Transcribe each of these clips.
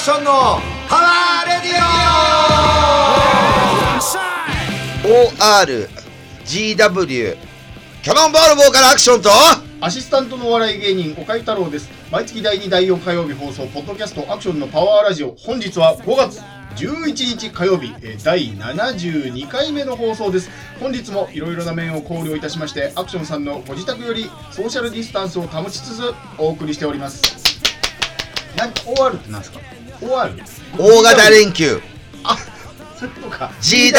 ションのパワーレディオ OR GW キャノンボールボーカルアクションとアシスタントのお笑い芸人岡井太郎です。毎月第2第4火曜日放送ポッドキャストアクションのパワーラジオ、本日は5月11日火曜日第72回目の放送です。本日もいろいろな面を考慮いたしましてアクションさんのご自宅よりソーシャルディスタンスを保ちつつお送りしております。OR って何ですか？ OR 大型連休、 そういうことか。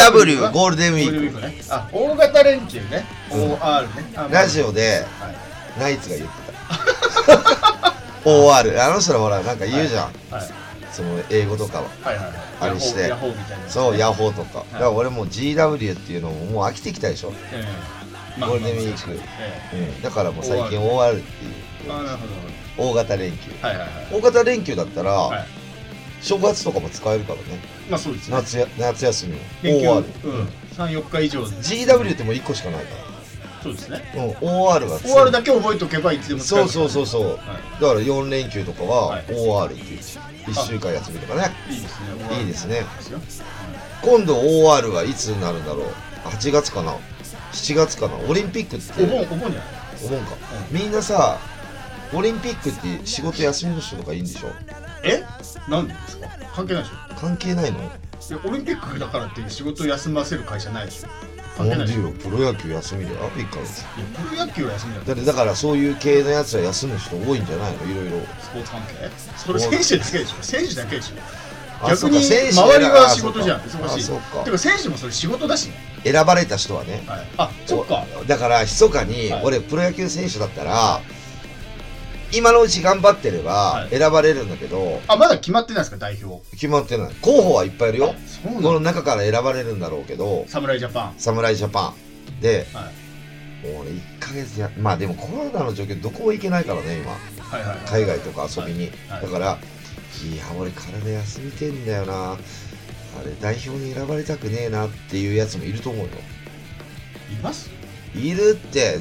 GW ゴールデンウィーク、 ね、大型連休ね、OR ね。 ラジオで、ナイツが言ってたOR あの人らほらなんか言うじゃん、その英語とかは、あれしてヤホーみたいな、 そうヤホーとか、だから俺もう GW っていうのももう飽きてきたでしょ、ゴールデンウィーク、だからもう最近 OR っていう大型連休、大型連休だったら、正月とかも使えるからね。 まあそうですね。 夏休みも OR、3、4日以上 GW ってもう1個しかないから。 そうですね。 OR が OR だけ覚えておけばいつでも使える。 そうだから4連休とかは OR っていう1週間休みとかね。 いいですね。いいですね。今度 OR はいつになるんだろう。8月かな、7月かな。オリンピックってお盆じゃない？ お盆か。みんなさ、オリンピックって仕事休みの人とかいいんでしょ？ なんでですか？関係ないでしょ？ 関係ないの？ オリンピックだからって仕事休ませる会社ないでしょ？ なんでよ、プロ野球休みだよ、1ヶ月。 プロ野球は休みだよ。 だからそういう系のやつは休む人多いんじゃないの？いろいろスポーツ関係？それ選手だけでしょ？選手だけでしょ？ 逆に周りは仕事じゃん、忙しい。てか選手もそれ仕事だしね。 選ばれた人はね。 そっか。 だから密かに俺プロ野球選手だったら今のうち頑張ってれば選ばれるんだけど、 まだ決まってないですか？代表決まってない。候補はいっぱいいるよ。この中から選ばれるんだろうけど、 侍ジャパンで、もうね1ヶ月や、まあでもコロナの状況どこも行けないからね今、海外とか遊びに、だからいや俺体休みてんだよな、あれ代表に選ばれたくねえなっていうやつもいると思うよ。 います？ いるって。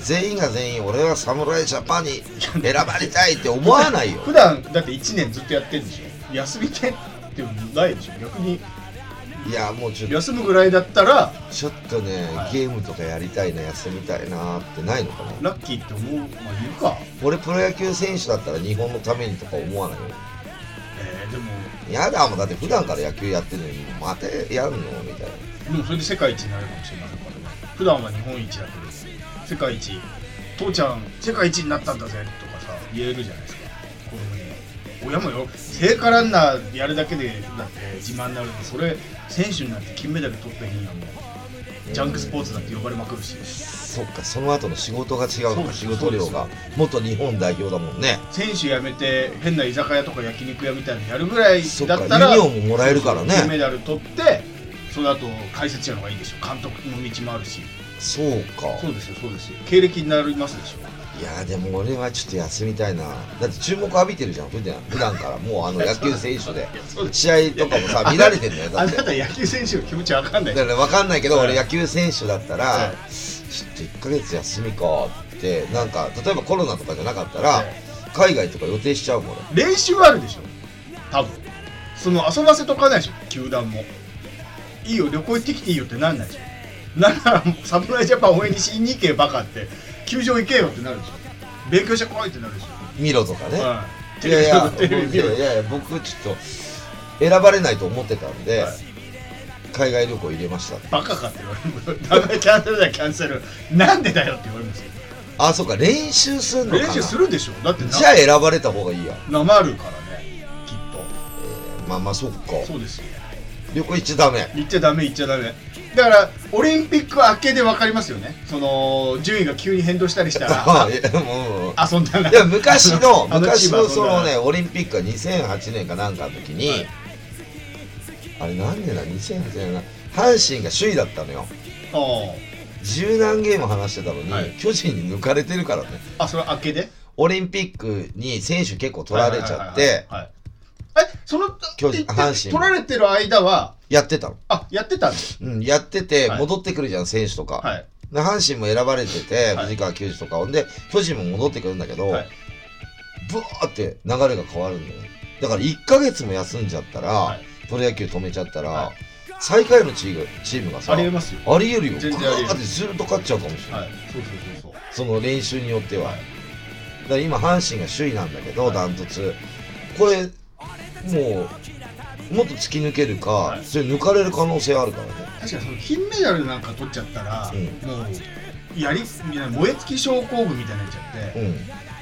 全員が全員俺は侍ジャパンに選ばれたいって思わないよ。 普段だって1年ずっとやってんでしょ？休みてってないでしょ？逆にいやもうちょっと休むぐらいだったらちょっとね、ゲームとかやりたいな、休みたいなってないのかな。 ラッキーって思う、いるか。 俺プロ野球選手だったら日本のためにとか思わないよ。 でもやだもん、だって普段から野球やってるのにまたやるのみたいな。 でもそれで世界一になるかもしれませんからね。普段は日本一だけど世界一、父ちゃん世界一になったんだぜとかさ言えるじゃないですか、子供に。親もよ、聖火ランナーやるだけでだって自慢になるのに、それ選手になって金メダル取った日にはもうジャンクスポーツだって呼ばれまくるし。 そっか、その後の仕事が違うのか。仕事量が元日本代表だもんね。 選手辞めて変な居酒屋とか焼肉屋みたいなのやるぐらいだったらユニオンももらえるからね。 金メダル取ってその後解説者の方がいいでしょ。監督の道もあるし。 そうか。 そうですよ。経歴になりますでしょ。 いやでも俺はちょっと休みたいな。だって注目浴びてるじゃん、普段からもう野球選手で試合とかもさ見られてんだよ。だってあなた野球選手の気持ちわかんない。 だから分かんないけど、俺野球選手だったらちょっと1ヶ月休みかって、なんか例えばコロナとかじゃなかったら海外とか予定しちゃうもん。 練習あるでしょ多分。その遊ばせとかないでしょ球団も。いいよ旅行行ってきていいよってなんないでしょ。なんなら侍ジャパン応援にしに行けばかって球場行けよってなるでしょ。勉強してこいってなるでしょ。 見ろとかね。 いやいや僕ちょっと選ばれないと思ってたんで、海外旅行入れました。 バカかって言われる。ダメ、キャンセルだよキャンセル。なんでだよって言われますよ。 そうか、練習すんのかな。 練習するでしょ。だってじゃあ選ばれた方がいいや。 なまるからねきっと。 まあそっか。 そうですよ。 旅行行っちゃダメ。 行っちゃダメ。だからオリンピック明けで分かりますよね。その順位が急に変動したりしたら遊んだな。 いや昔のそのねオリンピックは2008年かなんかの時に、あれ何年だ、2008年な、阪神が首位だったのよ。十何ゲーム離してたのに、巨人に抜かれてるからね。 それ明けでオリンピックに選手結構取られちゃって、 その阪神取られてる間はやってたの。 やってたんでやってて戻ってくるじゃん、選手とか。阪神も選ばれてて、藤川球児とかほんで巨人も戻ってくるんだけど、ブワーって流れが変わるんだよ。 だから1ヶ月も休んじゃったら、 はい、 プロ野球止めちゃったら、 はい、 最下位のチームがさ、 ありえますよ。 ありえるよ。 全然ありえる。 だってずっと勝っちゃうかもしれない。はい、 そう。 その練習によっては。 はい、 だから今阪神が首位なんだけど、ダントツ。これもっと突き抜けるか、はい、それ抜かれる可能性あるからね。 確かにその金メダルなんか取っちゃったら、もう燃え尽き症候群みたいになっちゃって、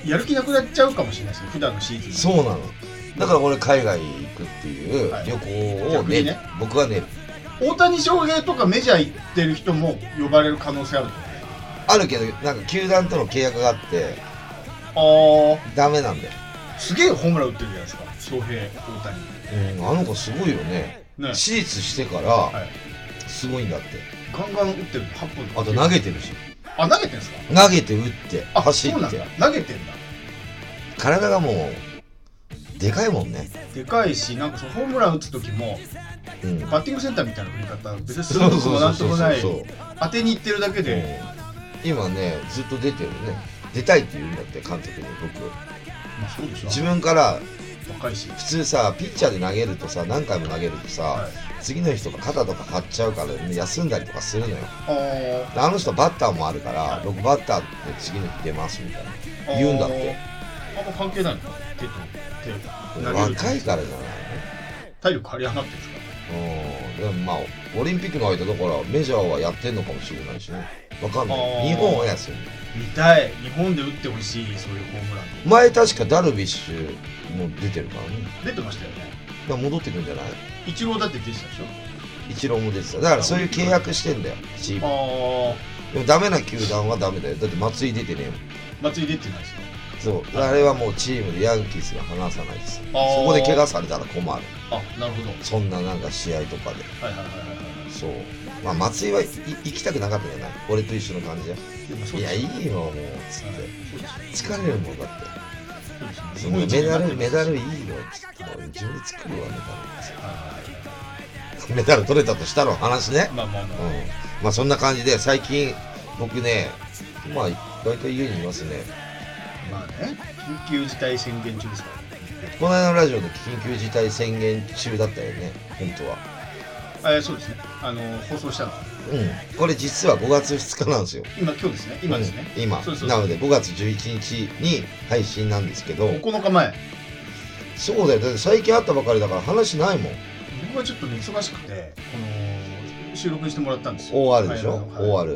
やる気なくなっちゃうかもしれないですよ、普段のシーズン。 そうなの。だから俺海外行くっていう旅行をね、僕はね、 大谷翔平とかメジャー行ってる人も呼ばれる可能性あるとね。 あるけど、なんか球団との契約があってダメなんだよ。 すげえホームラン打ってるじゃないですか、翔平、大谷。あの子すごいよね。手術してからすごいんだって。 ガンガン打ってる。8本。 あと投げてるし。 あ、投げてんすか？ 投げて打って走って。 そうなんだ、投げてんだ。 体がもうでかいもんね。 でかいし、なんかそのホームラン打つ時も、バッティングセンターみたいな振り方、別にすることもなんともない、当てにいってるだけで。 今ね、ずっと出てるね。出たいって言うんだって監督に。僕、 まあそうでしょ。 自分から若いし、 普通さ、ピッチャーで投げるとさ、何回も投げるとさ、次の日とか肩とか張っちゃうから、休んだりとかするのよ。あの人バッターもあるから、僕バッターって次の日出ますみたいな言うんだって。 あんま関係ないの？手若いからじゃないの？ 体力張り余ってるんですか？ でもまあオリンピックの間だからメジャーはやってんのかもしれないしね。わかんない。日本は休み。 見たい。日本で打ってほしい、そういうホームラン。 前確かダルビッシュも出てるからね。 出てましたよね。 だから戻ってくるんじゃない？ イチローだって出てたでしょ？ イチローも出てた。だからそういう契約してんだよ、チーム。でもダメな球団はダメだよ。だって松井出てねえもん。 松井出てないですか？ そう、あれはもうチームでヤンキースが離さないです。そこで怪我されたら困る。 あ、なるほど。 そんななんか試合とかで。そう。まあ松井は行きたくなかったんじゃない？俺と一緒の感じや。いや、いいよもうつって疲れるもんだって。メダルいいよつって自分で作るわメダル取れたとしたら話ね。まあそんな感じで最近僕ね、まあ大体家にいますね。 まあね、緊急事態宣言中ですからね。 この間のラジオで緊急事態宣言中だったよね、本当は。 そうですね。放送したの。 これ実は5月2日なんですよ。 今ですね。今ですね。 今。なので5月11日に配信なんですけど。 9日前。 そうだよ。だって最近会ったばかりだから話ないもん。 僕はちょっとね、忙しくて、収録してもらったんですよ。 OR でしょ？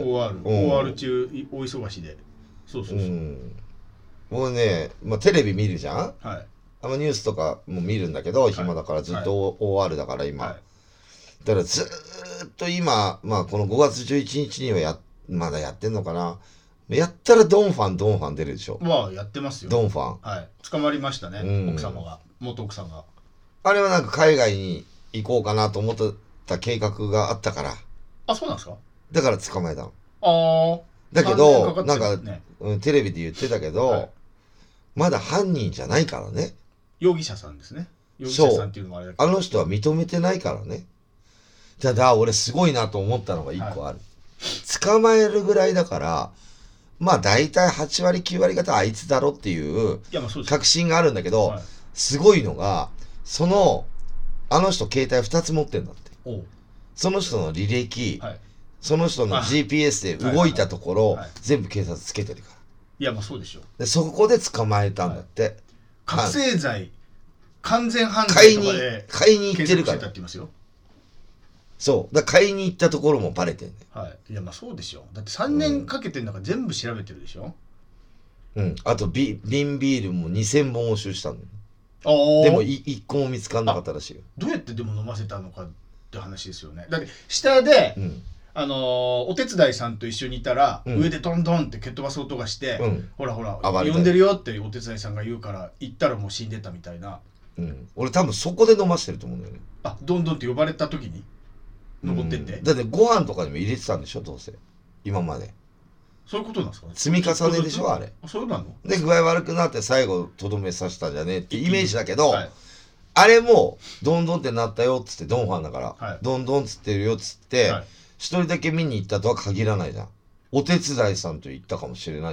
OR 中、大忙しで。そう。 僕ね、まあテレビ見るじゃん？ はい。 ニュースとかも見るんだけど、暇だからずっと OR だから今。だからずーっと今、まあこの5月11日にはまだやってんのかな。やったらドンファン出るでしょ。 まあやってますよ。 ドンファン。 はい。捕まりましたね、奥様が。元奥さんが。 あれはなんか海外に行こうかなと思ってた計画があったから。 あ、そうなんですか？だから捕まえたの。だけど、なんか、テレビで言ってたけど、まだ犯人じゃないからね。 容疑者さんですね。容疑者さんっていうのもあれだけど。 あの人は認めてないからね。ただ俺すごいなと思ったのが1個ある。捕まえるぐらいだから、まあ大体8割9割方あいつだろっていう確信があるんだけど、すごいのが、あの人携帯2つ持ってんだって。その人の履歴、その人の GPS で動いたところ、全部警察つけてるから。 いや、まあそうでしょ。 でそこで捕まえたんだって。 覚醒剤、完全犯罪とかで買いに行ってるから。そう。だから買いに行ったところもバレてんね。 いや、まあそうでしょ。だって3年かけてんだから全部調べてるでしょ。 あと瓶ビールも2000本押収したの。でも1個も見つかんなかったらしいよ。 どうやってでも飲ませたのかって話ですよね。だって下で、お手伝いさんと一緒にいたら、上でドンドンって蹴っ飛ばす音がして、ほら呼んでるよってお手伝いさんが言うから行ったらもう死んでたみたいな。 俺多分そこで飲ませてると思うんだよね。 ドンドンって呼ばれた時に登ってって、 だってご飯とかにも入れてたんでしょ、どうせ今まで。 そういうことなんですかね。 積み重ねでしょ、あれ。 そうなので具合悪くなって最後とどめさせたんじゃねえってイメージだけど、あれもドンドンってなったよっつってドンファンだから、ドンドンっつってるよっつって、一人だけ見に行ったとは限らないじゃん。お手伝いさんと行ったかもしれないじゃん。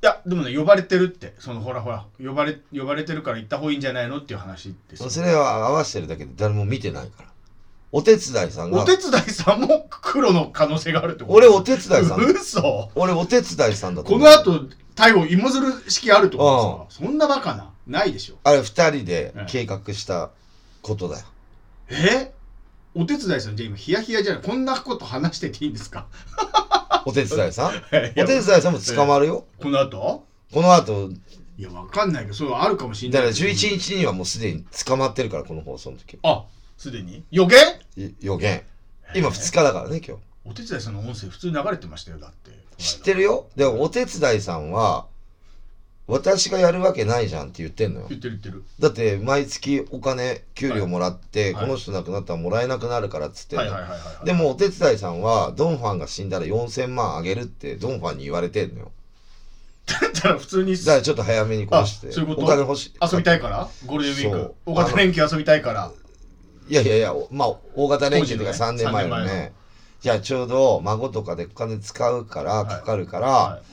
やでもね呼ばれてるって、そのほら呼ばれてるから行った方がいいんじゃないのっていう話です。 それは合わせてるだけで誰も見てないから。お手伝いさんが。 お手伝いさんも黒の可能性があるってこと？ 俺お手伝いさん。 嘘。 俺お手伝いさんだと思う。この後逮捕芋づる式あるってことですか？そんなバカないでしょ。 あれ2人で計画したことだよ。 お手伝いさんじゃ今ヒヤヒヤじゃない、こんなこと話してていいんですか？ お手伝いさんお手伝いさんも捕まるよ。 この後いやわかんないけどそういうのあるかもしれない。 だから11日にはもうすでに捕まってるから、この放送の時。 あ、すでに予言今2日だからね今日。 お手伝いさんの音声普通に流れてましたよ。だって知ってるよ。でもお手伝いさんは私がやるわけないじゃんって言ってんのよ。 言ってる。だって毎月お金給料もらって、この人亡くなったらもらえなくなるからっつってんの。でもお手伝いさんはドンファンが死んだら4000万あげるってドンファンに言われてんのよ。 だったら普通に。 だからちょっと早めに殺して。 そういうこと？ お金欲しい。 遊びたいから？ゴールデンウィーク大型連休遊びたいから。 いやまあ大型連休とか3年前のね。じゃあちょうど孫とかでお金使うからかかるから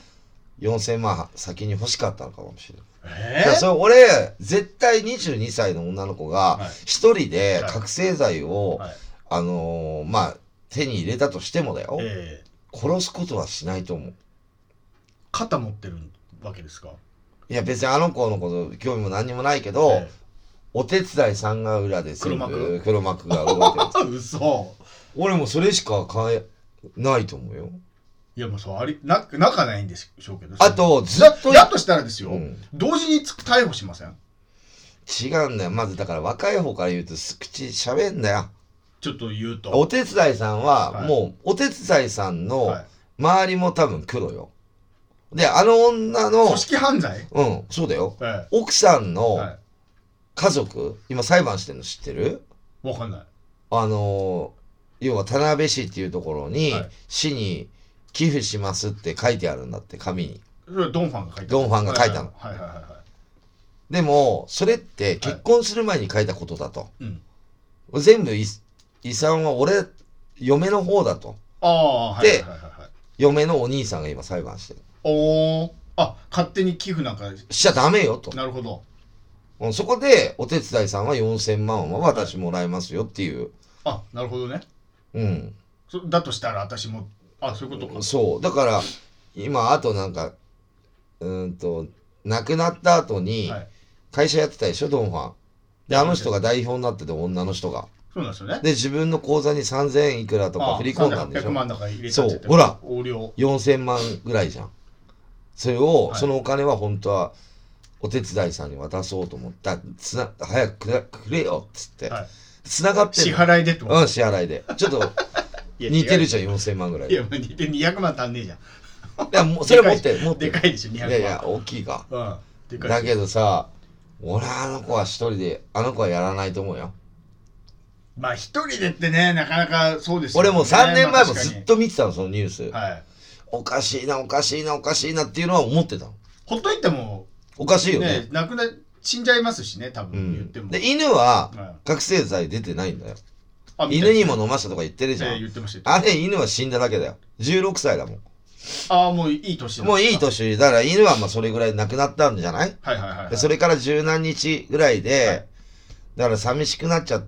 、4000万先に欲しかったのかもしれない。それ俺絶対22歳の女の子が一人で覚醒剤をまあ手に入れたとしてもだよ、殺すことはしないと思う。 肩持ってるわけですか？ いや別にあの子のこと興味も何にもないけど、お手伝いさんが裏で全部黒幕が動いてる。 嘘。 俺もそれしか買えないと思うよ。 いやもうそう仲ないんでしょうけど。 あとずっとだとしたらですよ、同時に逮捕しません？ 違うんだよ。まずだから若い方から言うと口喋んだよ。 ちょっと言うとお手伝いさんはもうお手伝いさんの周りも多分黒よ。であの女の組織犯罪？ そうだよ。奥さんの家族今裁判してるの知ってる？ わかんない。 要は田辺市っていうところに市に寄付しますって書いてあるんだって、紙に。 それはドンファンが書いたの。 ドンファンが書いたの。でもそれって結婚する前に書いたことだと。全部遺産は俺嫁の方だと。で嫁のお兄さんが今裁判してる。 勝手に寄付なんかしちゃダメよと。 なるほど。 そこでお手伝いさんは4000万は私もらえますよっていう。 なるほどね。だとしたら私もそういうことか。そうだから今あとなんか亡くなった後に会社やってたでしょ、ドンファンで。あの人が代表になってて、女の人が。 そうなんですよね。 で自分の口座に3000いくらとか振り込んだんでしょ。 800万だから入れちゃってて。 そうほら4000万ぐらいじゃん。それを、そのお金は本当はお手伝いさんに渡そうと思った早くくれよっつって繋がってる。 支払いでってこと？ 支払いでちょっと似てるじゃん、4000万ぐらい。 いや似て200万足んねえじゃん。 いやもうそれ持ってるでかいでしょ200万。 いや大きいか。だけどさ、俺あの子は一人であの子はやらないと思うよ。 まあ一人でってね、なかなかそうですよね。 俺も3年前もずっと見てたの、そのニュース。おかしいなっていうのは思ってたの。 ほっといてもおかしいよね。 死んじゃいますしね、多分言っても。 で犬は覚醒剤出てないんだよ。犬にも飲ましたとか言ってるじゃん。あれ犬は死んだだけだよ。16歳だもん。 もういい年。 もういい年だから犬はまあそれぐらい亡くなったんじゃない？それから十何日ぐらいで、だから寂しくなっちゃって、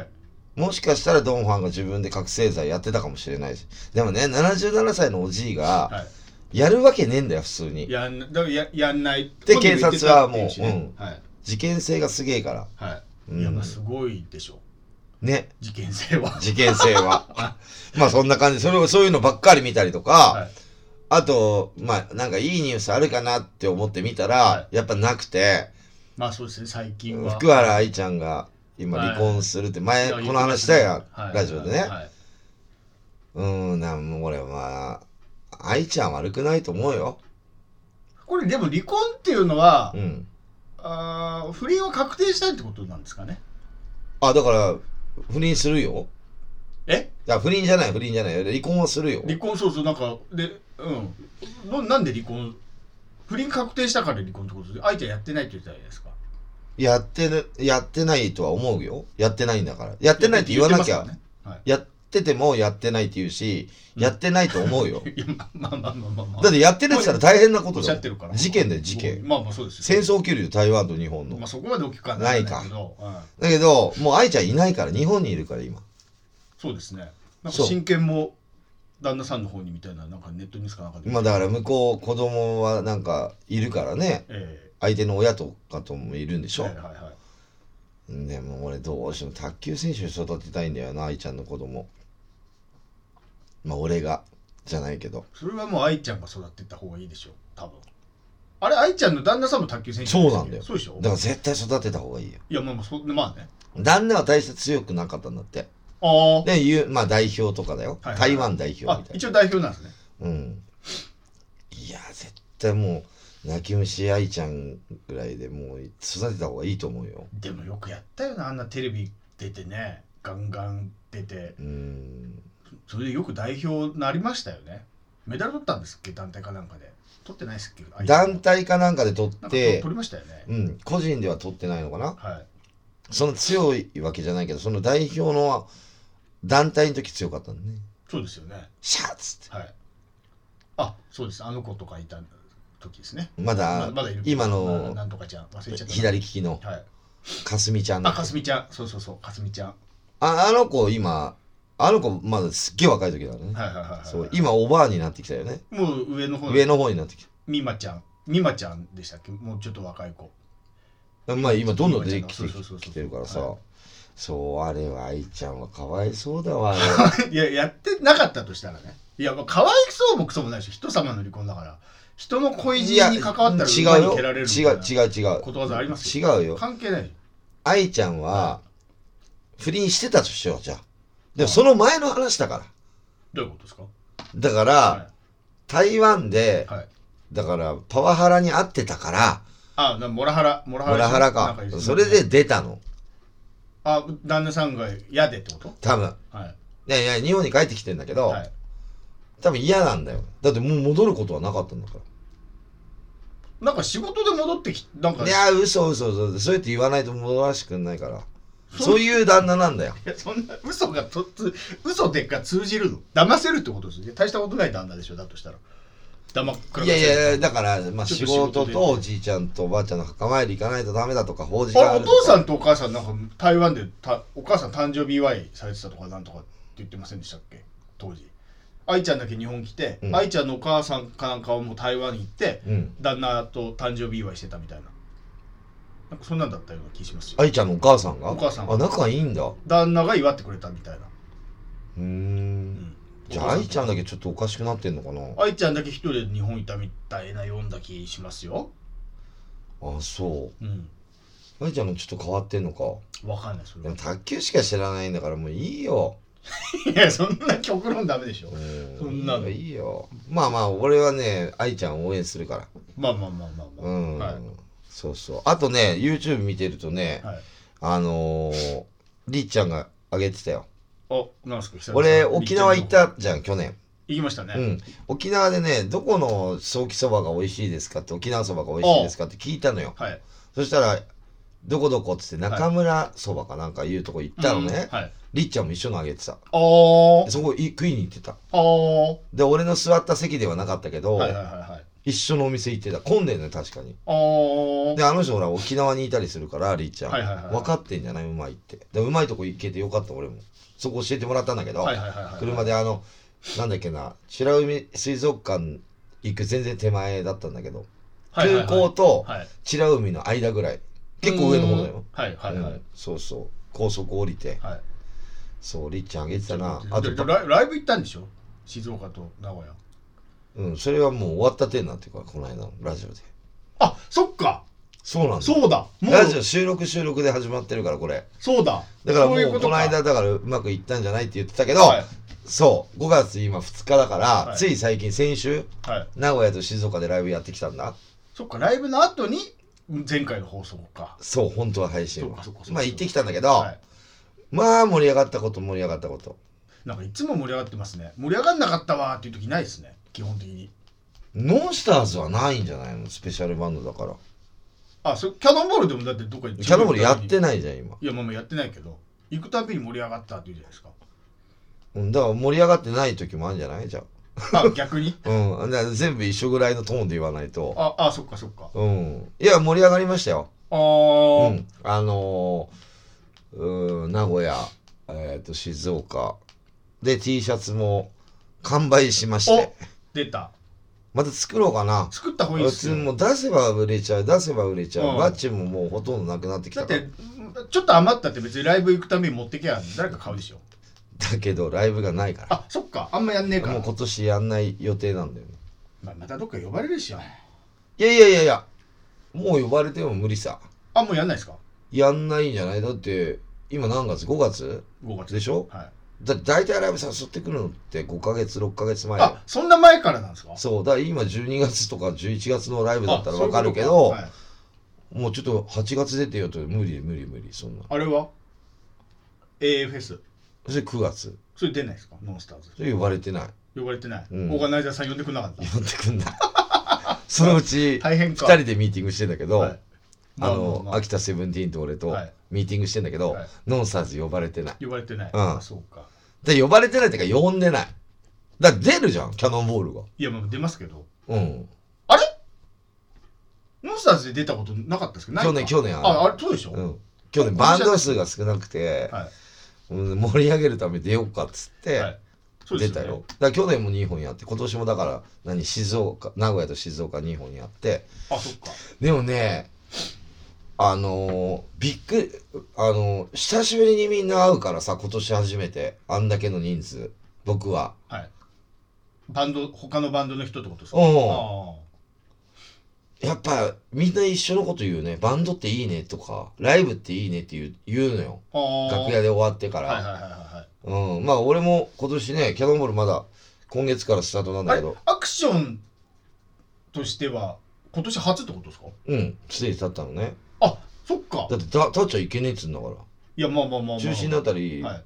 もしかしたらドンファンが自分で覚醒剤やってたかもしれないし。でもね、77歳のおじいがやるわけねえんだよ、普通に。 やんない。 で警察はもう事件性がすげえから。 いやまあすごいでしょね。 事件性はまあそんな感じ。そういうのばっかり見たりとか、あとまあなんかいいニュースあるかなって思って見たら、やっぱなくて。 まあそうですね、最近は福原愛ちゃんが今離婚するって前この話したよ、ラジオでね。もう俺は愛ちゃん悪くないと思うよ。 これでも離婚っていうのは、不倫は確定したいってことなんですかね。 だから不倫するよ。不倫じゃない離婚はするよ。 離婚、そうなんかでなんで離婚、不倫確定したから離婚ってことで、愛ちゃんやってないって言ったじゃないですか。やってないとは思うよ。やってないんだから。やってないって言わなきゃ。 っててもやってないって言うし、やってないと思うよ。 まあ。 だってやってるって言ったら大変なことだ。 おっしゃってるから。 事件だよ、事件。 まあそうですよ。 戦争起きるよ、台湾と日本の。 まあそこまで大きくはないか。 だけど、もう愛ちゃんいないから、日本にいるから今。 そうですね。なんか親権も旦那さんの方にみたいな、なんかネットニュースかなんかで。 まあだから向こう子供はなんかいるからね。相手の親とかともいるんでしょ。でも俺どうしても卓球選手に育てたいんだよな、愛ちゃんの子供。まあ俺がじゃないけど。 それはもう愛ちゃんが育てた方がいいでしょ、多分。あれ愛ちゃんの旦那さんも卓球選手。 そうなんだよ。 そうでしょ。 だから絶対育てた方がいいよ。 いやまあね。 旦那は大して強くなかったんだって。でまあ代表とかだよ。台湾代表みたいな。 一応代表なんですね。 うん。いや絶対もう泣き虫愛ちゃんぐらいでもう育てた方がいいと思うよ。 でもよくやったよな、あんなテレビ出てね、ガンガン出て。それでよく代表になりましたよね。メダル取ったんですっけ、団体かなんかで。取ってないですっけ。 団体かなんかで取って取りましたよね。 個人では取ってないのかな。 はい。 その強いわけじゃないけど、その代表の団体の時強かったんだね。 そうですよね。 シャーッつって。 はい。あ、そうです。あの子とかいた時ですね。 まだ今のなんとかちゃん忘れちゃった。 左利きのかすみちゃん。 かすみちゃん。そうかすみちゃん。 あの子まだすっげえ若い時だね。そう、今おばあになってきたよね。 もう上の方になってきた。 みまちゃんでしたっけ、もうちょっと若い子。 まあ今どんどん出てきてるからさ。そう、あれは愛ちゃんはかわいそうだわ。 いや、やってなかったとしたらね。いや、かわいそうもクソもないし、人様の離婚だから。人の恋路に関わったら馬に蹴られるみたいなことわざありますよ。違うよ。 関係ない。 愛ちゃんは不倫してたとしよう、じゃあ。でもその前の話だから。 どういうことですか？ だから、台湾で、だからパワハラに会ってたから。モラハラか。それで出たの。 旦那さんが嫌でってこと？ 多分。いや日本に帰ってきてんだけど、多分嫌なんだよ。だってもう戻ることはなかったんだから。 なんか仕事で戻ってきなんか。 いや嘘そうやって言わないと戻らしくんないから。そういう旦那なんだよ。 いやそんな嘘でか通じるの？騙せるってことですね。大したことない旦那でしょ、だとしたら。 いやだからまあ仕事とおじいちゃんとおばあちゃんの墓参り行かないとダメだとか法事があるとか。 お父さんとお母さんなんか台湾でお母さん誕生日祝いされてたとかなんとかって言ってませんでしたっけ、当時。愛ちゃんだけ日本来て、愛ちゃんのお母さんかなんかはもう台湾に行って、旦那と誕生日祝いしてたみたいな。なんかそんなんだったような気しますよ。 愛ちゃんのお母さんが？ お母さんが。 仲いいんだ。 旦那が祝ってくれたみたいな。 じゃあ愛ちゃんだけちょっとおかしくなってんのかな。 愛ちゃんだけ一人で日本いたみたいな読んだ気しますよ。 そう。愛ちゃんもちょっと変わってんのか。 わかんないそれ。 でも卓球しか知らないんだからもういいよ。 いやそんな極論ダメでしょ。そんなのいいよ。まあ俺はね愛ちゃんを応援するから。 まあ。 そうあとね YouTube 見てるとね、りっちゃんが上げてたよ。 なんすか？ 俺沖縄行ったじゃん去年。 行きましたね。 沖縄でねどこのソーキそばが美味しいですかって、沖縄そばが美味しいですかって聞いたのよ。そしたらどこっつって中村そばかなんかいうとこ行ったのね。りっちゃんも一緒のあげてた。そこ食いに行ってた。で俺の座った席ではなかったけど、一緒のお店行ってた。混んでんのよ確かに。であの人ほら沖縄にいたりするからりっちゃん分かってんじゃない、うまいって。でうまいとこ行けてよかった。俺もそこ教えてもらったんだけど、車でなんだっけな、美ら海水族館行く全然手前だったんだけど、空港と美ら海の間ぐらい、結構上の方だよ。そう高速降りて、そうりっちゃんあげてたな。 あとライブ行ったんでしょ、静岡と名古屋。 それはもう終わったてになってるから、この間のラジオで。 そっか。 そうなんだ。 そうだ。 ラジオ収録で始まってるからこれ。 そうだ。 だからもうこの間だからうまくいったんじゃないって言ってたけど、そう5月今2日だから、つい最近先週、名古屋と静岡でライブやってきたんだ。 そっか、ライブの後に前回の放送か。 そう本当は配信はまあ行ってきたんだけど、まあ盛り上がったこと。 なんかいつも盛り上がってますね。盛り上がんなかったわーっていう時ないですね、基本的に。 ノンスターズはないんじゃないの、スペシャルバンドだから。 キャノンボールでもだってどっかにキャノンボールやってないじゃん今。 いやまあやってないけど、行くたびに盛り上がったって言うじゃないですか。 だから盛り上がってない時もあるんじゃない？じゃあ、逆にだから全部一緒ぐらいのトーンで言わないと。 そっかそっか。 いや、盛り上がりましたよ。名古屋、静岡で T シャツも完売しまして。 出た。 また作ろうかな。 作った方がいいっすよ。 もう出せば売れちゃう。バッジももうほとんどなくなってきたから。 だってちょっと余ったって別にライブ行くために持ってきゃ誰か買うでしょ。 だけどライブがないから。 そっか、あんまやんねえから。 もう今年やんない予定なんだよね。 またどっか呼ばれるしょ。 いやもう呼ばれても無理さ。 もうやんないですか？ やんないんじゃない？だって今何月？ 5 月でしょ。はい。だいたいライブ誘ってくるのって5ヶ月6ヶ月前。 そんな前からなんですか？ そうだから今12月とか11月のライブだったら分かるけど、もうちょっと8月出てよと無理そんな。 あれは AA フェスそれ9月。 それ出ないですか？ノンスターズ。 それ呼ばれてない。 オーガナイザーさん呼んでくんなかった？ 呼んでくんない。そのうち2人でミーティングしてんだけど、秋田セブンティーンと俺とミーティングしてんだけど、ノンスターズ呼ばれてない。 そうか。 で呼ばれてないっていうか呼んでない。だから出るじゃん、キャノンボールが。 いや、もう出ますけど。あれノンスターズで出たことなかったですけど。 去年あれそうでしょ。 去年バンド数が少なくて、盛り上げるために出ようかっつって出たよ。だから去年も2本やって、今年もだから名古屋と静岡2本やって。 そっか。 でもね、びっくり、久しぶりにみんな会うからさ、今年初めてあんだけの人数、僕は。 他のバンドの人ってことですか？ やっぱみんな一緒のこと言うね。バンドっていいねとか、ライブっていいねって言うのよ。楽屋で終わってから。まあ俺も今年ね、キャノンボールまだ今月からスタートなんだけど。 アクションとしては今年初ってことですか？ ステージ立ったのね。 そっか。 だって立っちゃいけねえっつうんだから。 いや、まあ中止になったり、ラ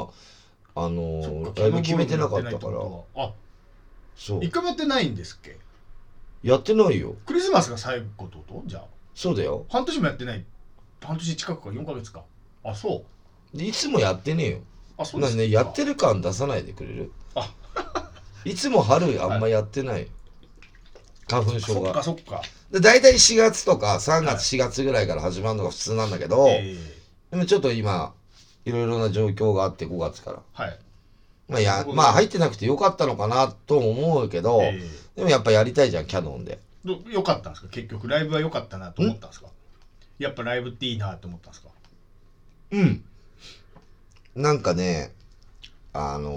イブ決めてなかったから。 そう。一回もやってないんですっけ？ やってないよ。 クリスマスが最後ってこと？じゃあ。 そうだよ。 半年もやってない。半年近くか4ヶ月か。そう。 いつもやってねえよ。 そうですね、やってる感出さないでくれる？いつも春あんまやってない。花粉症が。 そっか。 で大体4月とか3月4月ぐらいから始まるのが普通なんだけど、でもちょっと今いろいろな状況があって5月から。まあ入ってなくてよかったのかなと思うけど、でもやっぱやりたいじゃん、キャノンで。 よかったんですか？結局ライブはよかったなと思ったんですか？やっぱライブっていいなと思ったんですか？ なんかね、まあ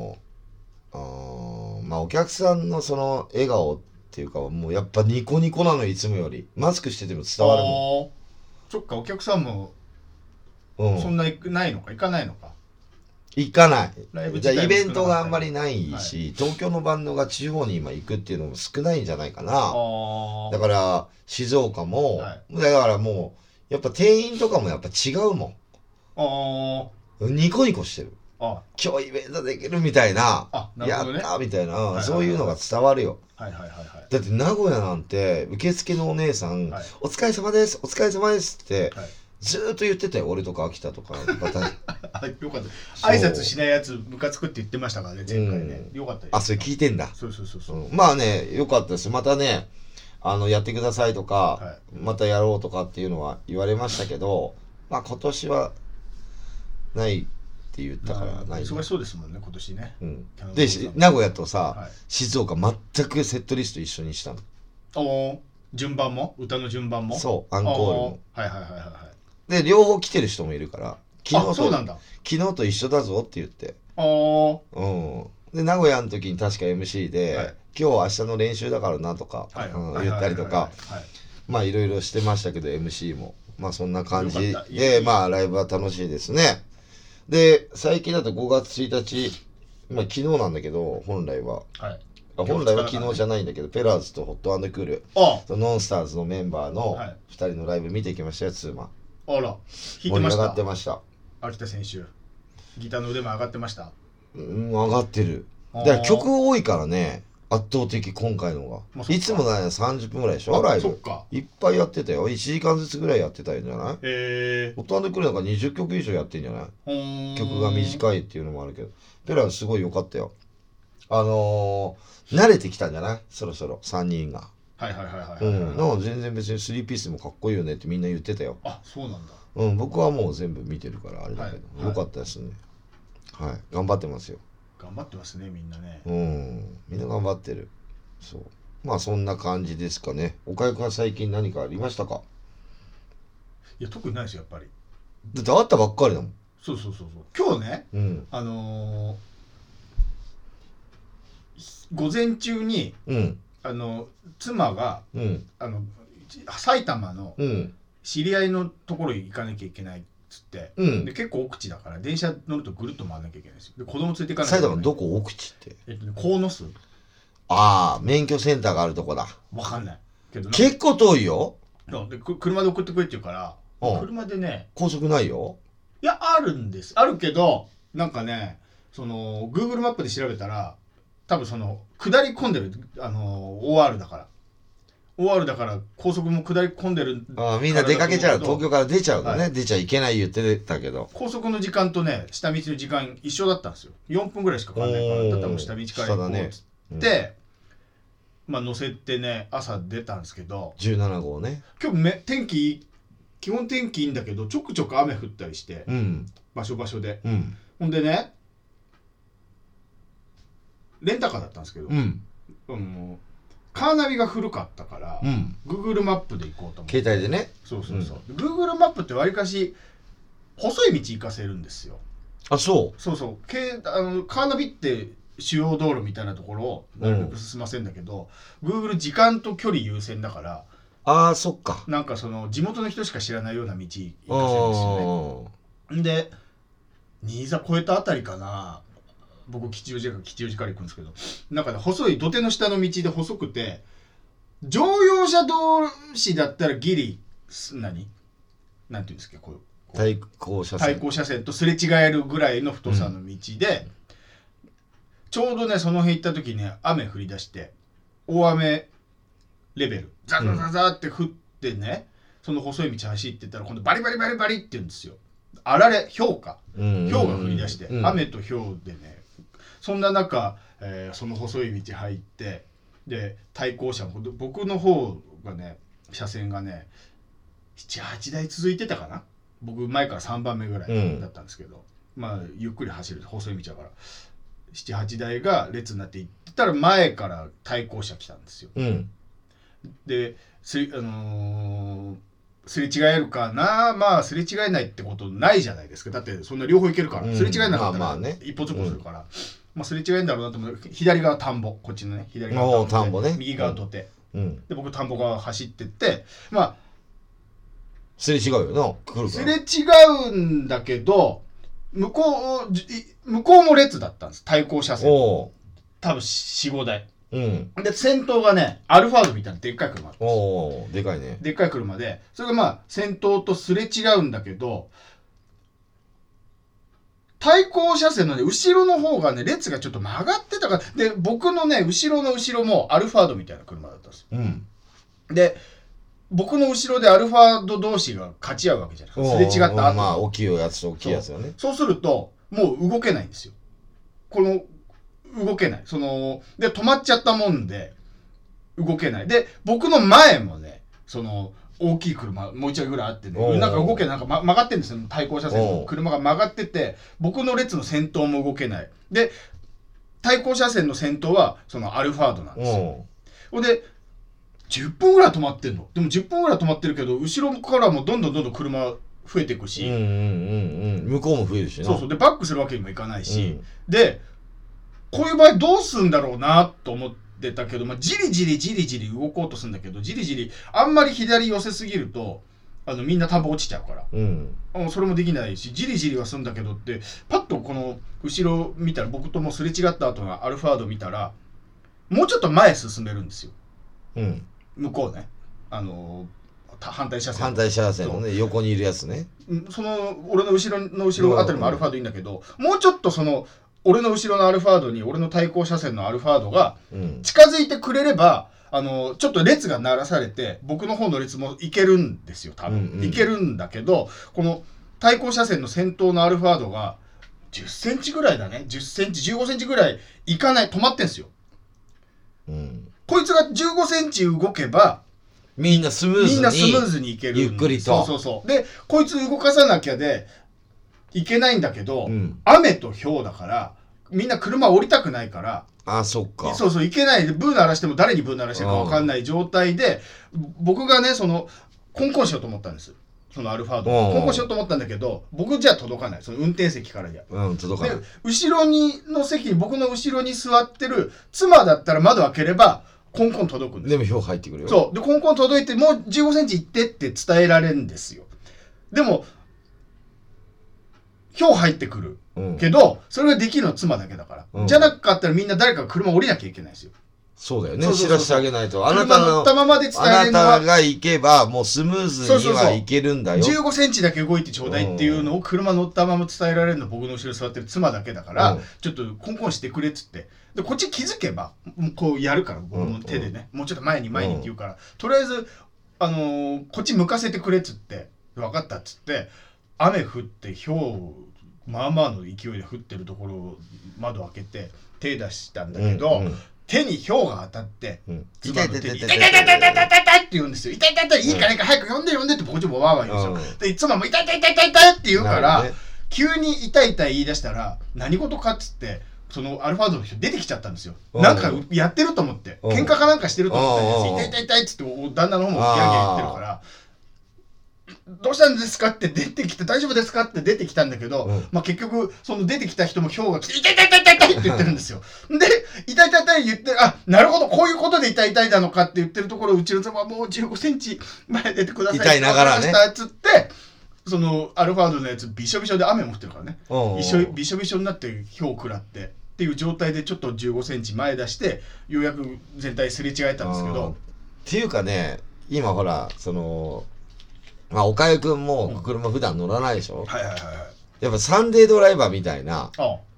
お客さんのその笑顔っていうか、もうやっぱニコニコなの、いつもより。マスクしてても伝わるもん。そっか、お客さんもそんな行かないのか？ 行かない。じゃあイベントがあんまりないし、東京のバンドが地方に今行くっていうのも少ないんじゃないかな。だから静岡も、だからもうやっぱ店員とかもやっぱ違うもん。ニコニコしてる。今日イベントできるみたいな、やったみたいな、そういうのが伝わるよ。だって名古屋なんて受付のお姉さん、お疲れ様ですお疲れ様ですってずーっと言ってたよ。俺とか秋田とかよかった。挨拶しないやつムカつくって言ってましたからね、前回ね。よかったです。 それ聞いてんだ。 そう。 まあね、よかったです。またね、やってくださいとか、またやろうとかっていうのは言われましたけど、まあ今年はないって言ったからない。 忙しそうですもんね、今年ね。 で、名古屋とさ、静岡全くセットリスト一緒にしたの。 順番も？歌の順番も？ そう、アンコールも。で、両方来てる人もいるから、昨日と一緒だぞって言って。で、名古屋の時に確か MC で、今日明日の練習だからなとか言ったりとか、まあいろいろしてましたけど、MC も。まあそんな感じで、まあライブは楽しいですね。で、最近だと5月1日、まあ昨日なんだけど、本来は昨日じゃないんだけど、ペラーズとホット&クール、ノンスターズのメンバーの2人のライブ見てきましたよ、ツーマン。 あら、 盛り上がってました。 秋田選手、ギターの腕も上がってました。 上がってる。だから曲多いからね、 圧倒的今回のが、 まあ、 いつもだよ30分ぐらいでしょライブ。 そっか、 いっぱいやってたよ。1時間ずつぐらいやってたんじゃない？ オット&クルなんか20曲以上やってんじゃない？曲が短いっていうのもあるけど、ペラすごい良かったよ。慣れてきたんじゃない？そろそろ3人が。 はいはいはいはい、 なんか全然別に3ピースもかっこいいよねってみんな言ってたよ。 あ、そうなんだ。 僕はもう全部見てるからあれだけど、良かったですね。はい、頑張ってますよ。 頑張ってますね、みんなね。 みんな頑張ってる。そう。まあそんな感じですかね。岡井くんは最近何かありましたか？ いや、特にないですよ、やっぱり。 だって会ったばっかりだもん。 そう今日ね、午前中に、妻が、埼玉の知り合いのところに行かなきゃいけないっつって、で結構奥地だから電車乗るとぐるっと回らなきゃいけないんですよ。で子供連れて行かなきゃいけない。 埼玉のどこ？奥地って。 鴻巣。 ああ、免許センターがあるとこだ。 わかんないけど結構遠いよ。 で車で送ってくれって言うから、車でね。 高速ないよ。 いや、あるんです。あるけどなんかね、Google マップで調べたら多分下り込んでるOR だから高速も下り込んでる。 みんな出かけちゃう。東京から出ちゃうのね、出ちゃいけない言ってたけど、 高速の時間とね下道の時間一緒だったんですよ。4分ぐらいしかかかんないから、だったらもう下道から行こうっつって、乗せてね朝出たんですけど、 17号ね。 今日基本天気いいんだけどちょくちょく雨降ったりして、場所で、ほんでねレンタカーだったんですけど、カーナビが古かったから、Google マップで行こうと思って。 携帯でね。 そう、Google マップってわりかし細い道行かせるんですよ。 あ、そう。 カーナビって主要道路みたいなところをなるべく進ませるんだけど、Google 時間と距離優先だから、 そっか。 なんか地元の人しか知らないような道行かせるんですよね。で新座越えたあたりかな、僕吉祥寺から行くんですけど、なんかね細い土手の下の道で細くて、乗用車同士だったらギリなんていうんですか、 対向車線とすれ違えるぐらいの太さの道で、ちょうどねその辺行った時にね雨降り出して大雨レベルザザザザって降ってね、その細い道走ってったら今度バリバリバリバリって言うんですよ。あられ、氷が降り出して、雨と氷でね、そんな中、その細い道入って、で対向車も僕の方がね車線がね 7,8 台続いてたかな。僕前から3番目ぐらいだったんですけど、ゆっくり走る細い道だから 7,8 台が列になっていったら前から対向車来たんですよ。ですれ違えるかな。すれ違えないってことないじゃないですか。だってそんな両方行けるから、すれ違えなかったら一歩通行するから、すれ違えんだろうなと思って、左側田んぼ、こっちのね左側田んぼで、右側土手、で僕田んぼ側走ってって、 すれ違うよな。 すれ違うんだけど向こうも列だったんです。対向車線多分 4,5 台。で先頭がねアルファードみたいなでっかい車。 でかいね。 でっかい車で、それが先頭とすれ違うんだけど、対向車線のね後ろの方がね列がちょっと曲がってたから、で僕のね後ろの後ろもアルファードみたいな車だったんですよ。で僕の後ろでアルファード同士が勝ち合うわけじゃないですか。すれ違った後、 大きいやつと大きいやつよね。 そうするともう動けないんですよ。動けない。で止まっちゃったもんで動けない。で僕の前もね大きい車もう一台ぐらいあってね、なんか動けない。なんか、曲がってんですよ。対向車線の車が曲がってて、僕の列の先頭も動けない。で対向車線の先頭はアルファードなんですよ。で10分ぐらい止まってんの。でも10分ぐらい止まってるけど、後ろからもどんどん車増えていくし、 向こうも増えるしな。 そうでバックするわけにもいかないし、でこういう場合どうすんだろうなと思ってたけど、じりじり動こうとするんだけど、じりじりあんまり左寄せすぎるとみんな田んぼ落ちちゃうから、それもできないし、じりじりはするんだけどって、パッとこの後ろ見たら、僕ともすれ違った後のアルファード見たらもうちょっと前進めるんですよ。向こうね、反対車線のね横にいるやつね。 俺の後ろあたりもアルファードいいんだけど、もうちょっと俺の後ろのアルファードに俺の対向車線のアルファードが近づいてくれれば、ちょっと列が鳴らされて僕の方の列も行けるんですよ多分、行けるんだけど、この対向車線の先頭のアルファードが10センチぐらいだね、10センチ15センチぐらい行かない、止まってんすよ、こいつが15センチ動けばみんなスムーズに行ける、 ゆっくりと。 そうでこいつ動かさなきゃでいけないんだけど、雨と氷だからみんな車降りたくないから、 そっか。 そういけないで、ブー鳴らしても誰にブー鳴らしてるか分かんない状態で、僕がねコンコンしようと思ったんです、そのアルファードコンコンしようと思ったんだけど、僕じゃ届かない、その運転席からじゃ、 届かない。 で後ろの席に、僕の後ろに座ってる妻だったら窓開ければコンコン届くんです。 でも氷入ってくるよ。 そうでコンコン届いて、もう15センチ行ってって伝えられるんですよ。でも氷入ってくる、けどそれができるのは妻だけだから、じゃなかったらみんな誰かが車降りなきゃいけないんですよ。 そうだよね、知らせてあげないと。 あなたの乗ったままで伝えるのは、 あなたが行けばもうスムーズには行けるんだよ。 15センチだけ動いてちょうだいっていうのを車乗ったまま伝えられるのは僕の後ろに座ってる妻だけだから、ちょっとコンコンしてくれっつって、でこっち気づけばこうやるから、僕の手でね、もうちょっと前にって言うから、とりあえずこっち向かせてくれっつって、分かったっつって、雨降って氷まあまあの勢いで降ってるところを窓開けて手出したんだけど、手に氷が当たって、 痛い痛い痛い痛い痛い痛い痛い痛い痛い痛いって言うんですよ。痛い痛い痛い、いいからいいから早く呼んでってこっちもワーワー言うんですよ。でいつも痛い痛い痛い痛い痛いって言うから、急に痛い痛い言い出したら何事かっつって、そのアルファードの人出てきちゃったんですよ。なんかやってると思って、喧嘩かなんかしてると思ったんです。痛い痛い痛いっつって旦那の方もギャーギャー言ってるから、どうしたんですかって出てきて、大丈夫ですかって出てきたんだけど、結局その出てきた人も氷が来て痛い痛い痛い痛い痛いって言ってるんですよ。で痛い痛い痛い言って、なるほどこういうことで痛い痛いなのかって言ってるところ、うちの妻はもう15センチ前出てください痛いながらねっつって、そのアルファードのやつびしょびしょで、雨も降ってるからね、びしょびしょになって氷食らってっていう状態で、ちょっと15センチ前出してようやく全体すれ違えたんですけど、 っていうかね、今ほら岡井くんも車普段乗らないでしょ。やっぱサンデードライバーみたいな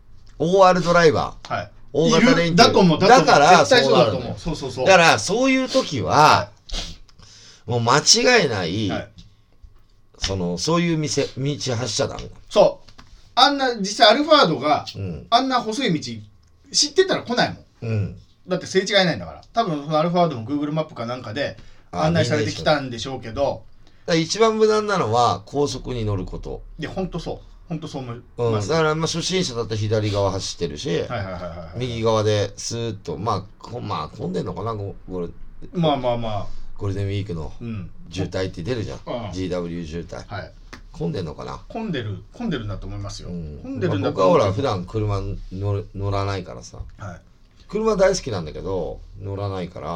OR ドライバー、大型連休だと思う。 だからそうだと思う。そうだからそういう時はもう間違いない、そういう道走っちゃダメだ。 そう、あんな実際アルファードが、あんな細い道知ってたら来ないもん、だってすれ違えないんだから。多分そのアルファードも Google マップかなんかで案内されてきたんでしょうけど、 一番無難なのは高速に乗ること。 いや本当そう思います。だから初心者だったら左側走ってるし、右側でスーッと混んでんのかな、ゴールデンウィークの渋滞って出るじゃん、GW 渋滞、混んでんのかな。 混んでるんだと思いますよ。 僕はほら普段車乗らないからさ、車大好きなんだけど乗らないから、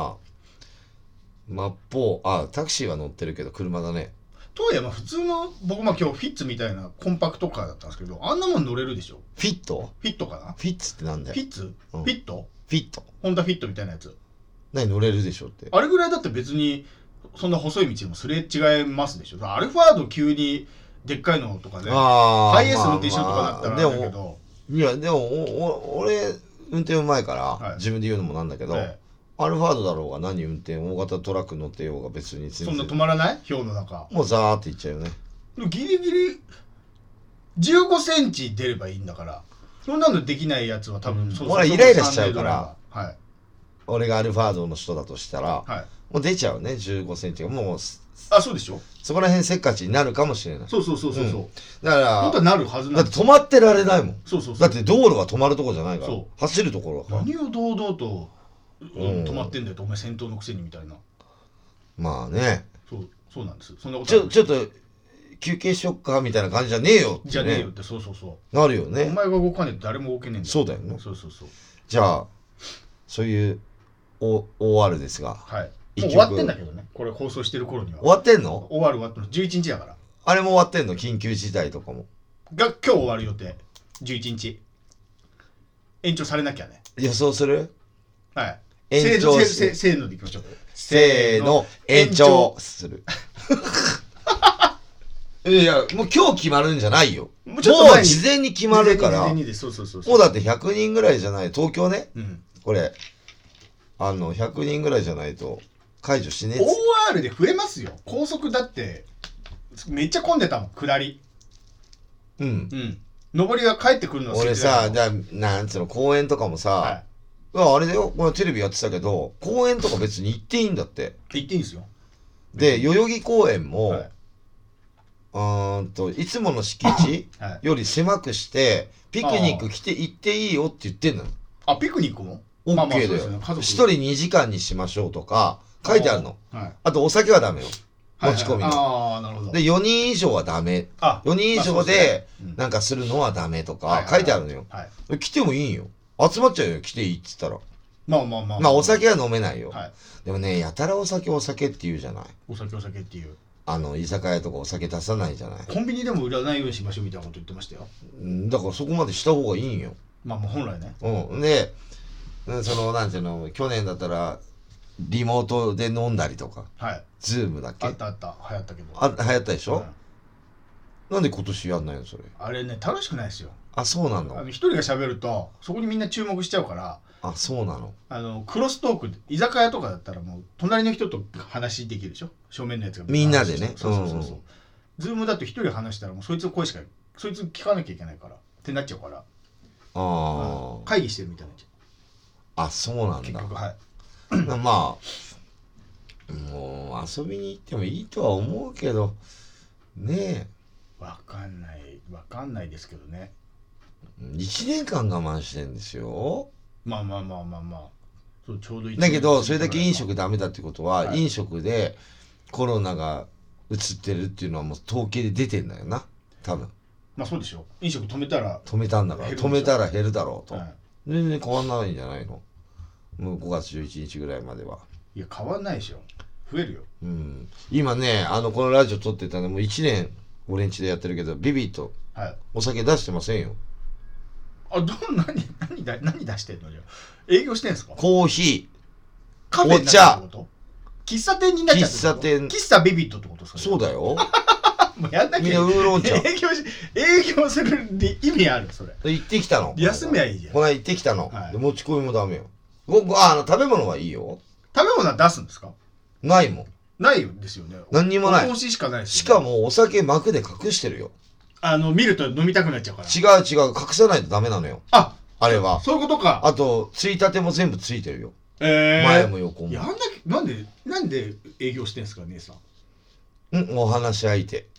タクシーは乗ってるけど車だね。 とはいえ普通の、僕今日フィッツみたいなコンパクトカーだったんですけど、あんなもん乗れるでしょ。 フィットかな。 フィッツってなんだよ。 フィッツ、フィットホンダフィットみたいなやつ。 何乗れるでしょって。 あれぐらいだって別にそんな細い道でもすれ違いますでしょ。アルファード急にでっかいのとかね、ハイエース運転しようとかだったらあれだけど、 いやでも俺運転うまいから、自分で言うのもなんだけど、アルファードだろうが何運転、大型トラック乗ってようが別にそんな止まらない。氷の中もうザーっていっちゃうよね。 ギリギリ15センチ出ればいいんだから、そんなのできないやつは多分、 ほらイライラしちゃうから、俺がアルファードの人だとしたら、もう出ちゃうね、15センチがもう。 そうでしょ。 そこら辺せっかちになるかもしれない。 そう、 だから本当はなるはずなんだって止まってられないもん。 だって道路は止まるとこじゃないから、走るところだから。 何を堂々と止まってんだよと、お前先頭のくせにみたいな。 まあね、 そうなんです。そんなことちょっと休憩しよっかみたいな感じじゃねえよって、 じゃねえよって、そうなるよね。 お前が動かねえと誰も動けねえんだよ。 そうだよね。 そうじゃあそういうORですが、 もう終わってんだけどね、これ放送してる頃には。 終わってんの。 終わってるの11日だから。 あれも終わってんの、緊急事態とかもが今日終わる予定。11日延長されなきゃね。 予想する。 延長せーのでいきましょう。 せーの、延長する。 いやもう今日決まるんじゃないよ。もう事前に決まるから。もうだって100人ぐらいじゃない、東京ね、これ100人ぐらいじゃないと解除しねえ。 OR で増えますよ。高速だってめっちゃ混んでたもん、下り。上りが帰ってくるのは俺さ、じゃあなんつうの、公園とかもさ、あれだよ、これテレビやってたけど、公園とか別に行っていいんだって。 行っていいんですよ。 で代々木公園も、いつもの敷地より狭くしてピクニック行っていいよって言ってんの。 あ、ピクニックも OK だよ。1人2時間にしましょうとか書いてあるの。あとお酒はダメよ、持ち込みの。で4人以上はダメ、4人以上でなんかするのはダメとか書いてあるのよ。来てもいいよ、集まっちゃうよ、来ていいっつったら。まあお酒は飲めないよ。でもね、やたらお酒って言うじゃない。お酒っていう居酒屋とかお酒出さないじゃない。 コンビニでも売らないようにしましょうみたいなこと言ってましたよ。 だからそこまでした方がいいんよ。 まあもう本来ね。 でそのなんていうの、去年だったらリモートで飲んだりとか、ズームだっけ、 あった流行ったけど、 流行ったでしょ。なんで今年やんないのそれ。 あれね、楽しくないですよ。 あ、そうなの。 一人が喋るとそこにみんな注目しちゃうから。 あ、そうなの。クロストーク、居酒屋とかだったらもう隣の人と話できるでしょ、正面のやつがみんなでね。 そうズームだと一人話したらもうそいつの声しか、そいつ聞かなきゃいけないからってなっちゃうから、会議してるみたいになっちゃう。 あ、そうなんだ。 結局まあもう遊びに行ってもいいとは思うけどねえ。 わかんないですけどね。 1年間我慢してんですよ。 まあそう、ちょうど1年だけどそれだけ飲食ダメだってことは、飲食でコロナが移ってるっていうのはもう統計で出てんだよな、多分。 まあそうでしょ、飲食止めたんだから、止めたら減るだろうと、全然変わんないんじゃないの、もう5月11日ぐらいまでは。 いや、変わんないでしょ、増えるよ。 今ね、このラジオ撮ってたのもう1年俺んちでやってるけど、ビビッとお酒出してませんよ。 何出してんの。じゃ営業してんすか。 コーヒー、カフェ、お茶、喫茶店になっちゃって。喫茶ビビットってことですか。 そうだよ。もうやんなきゃ。 ウーロン茶営業する意味あるそれ。 行ってきたの。 休みはいいじゃん。 この間行ってきたの。持ち込みもダメよ。食べ物はいいよ。 食べ物は出すんですか。 ないもん。 ないよですよね。 何にもない。 お通ししかないです。 しかもお酒膜で隠してるよ。 見ると飲みたくなっちゃうから。 違う隠さないとダメなのよ。あれは。 そういうことか。 あとついたても全部ついてるよ。前も横も。 なんで営業してんすか、姉さん。お話し相手。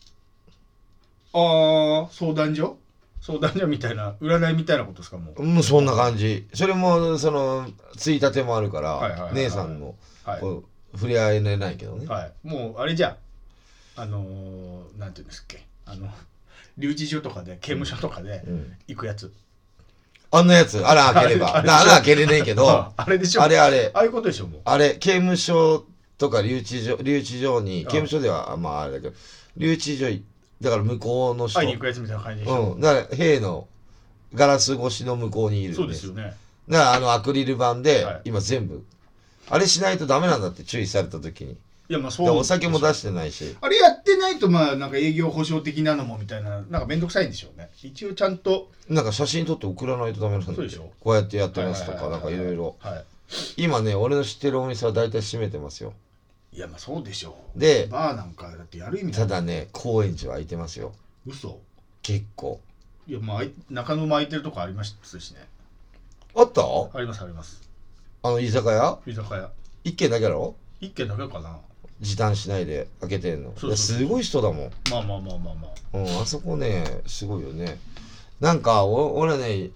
相談所みたいな、占いみたいなことですか。もうそんな感じ。それもそのついたてもあるから、姉さんの触れ合えないけどね。 もうあれじゃなんていうんですっけ、留置所とかで、刑務所とかで行くやつ。 あんなやつ、穴開ければ。穴開けれねえけど。 あれでしょ。 あれ。 ああいうことでしょ、もう。 あれ、刑務所とか留置所に、刑務所では、まああれだけど、留置所、だから向こうの人。 会いに行くやつみたいな感じでしょ。 だから、兵のガラス越しの向こうにいる。 そうですよね。 だからアクリル板で、今全部、あれしないとダメなんだって、注意された時に。いや、まあそう。お酒も出してないし。 あれやってないと、なんか営業保証的なのもみたいな、なんかめんどくさいんでしょうね。一応ちゃんと。 なんか写真撮って送らないとダメなんだよ。そうでしょ。こうやってやってますとか、なんかいろいろ。今ね、俺の知ってるお店は大体閉めてますよ。 いや、まあそうでしょう。で、 バーなんかだってやる意味ない。 ただね、高円寺は開いてますよ。 嘘。 結構。 いや、まあ中野も開いてるとこありますしね。 あった？ あります。 居酒屋？ 居酒屋。 一軒だけだろ？ 一軒だけかな。 時短しないで開けてんの。すごい人だもん。 まあ。 あそこね、すごいよね。なんか俺ね、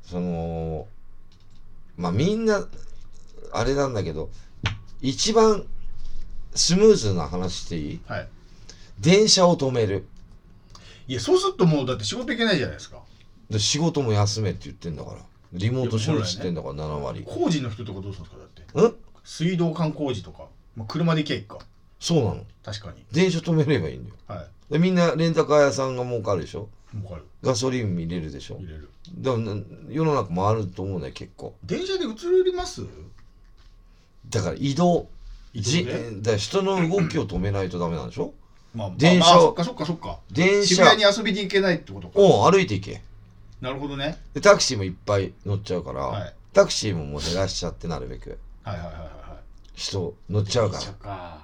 みんなあれなんだけど、一番スムーズな話していい？電車を止める。 いや、そうするともうだって仕事行けないじゃないですか。 で仕事も休めって言ってんだから。リモートしろって言ってんだから、7割。 工事の人とかどうするんですか。だって水道管工事とか、車で行けばいいか。 そうなの。 確かに。 電車止めればいいんだよ。でみんなレンタカー屋さんが儲かるでしょ。 儲かる。 ガソリン入れるでしょ。入れる。でも世の中回ると思うね、結構。 電車で移ります？ だから移動。だから人の動きを止めないとダメなんでしょ。 電車そっか電車渋谷に遊びに行けないってことか。 歩いて行け。 なるほどね。 でタクシーもいっぱい乗っちゃうから、タクシーももう減らしちゃってなるべく人乗っちゃうから。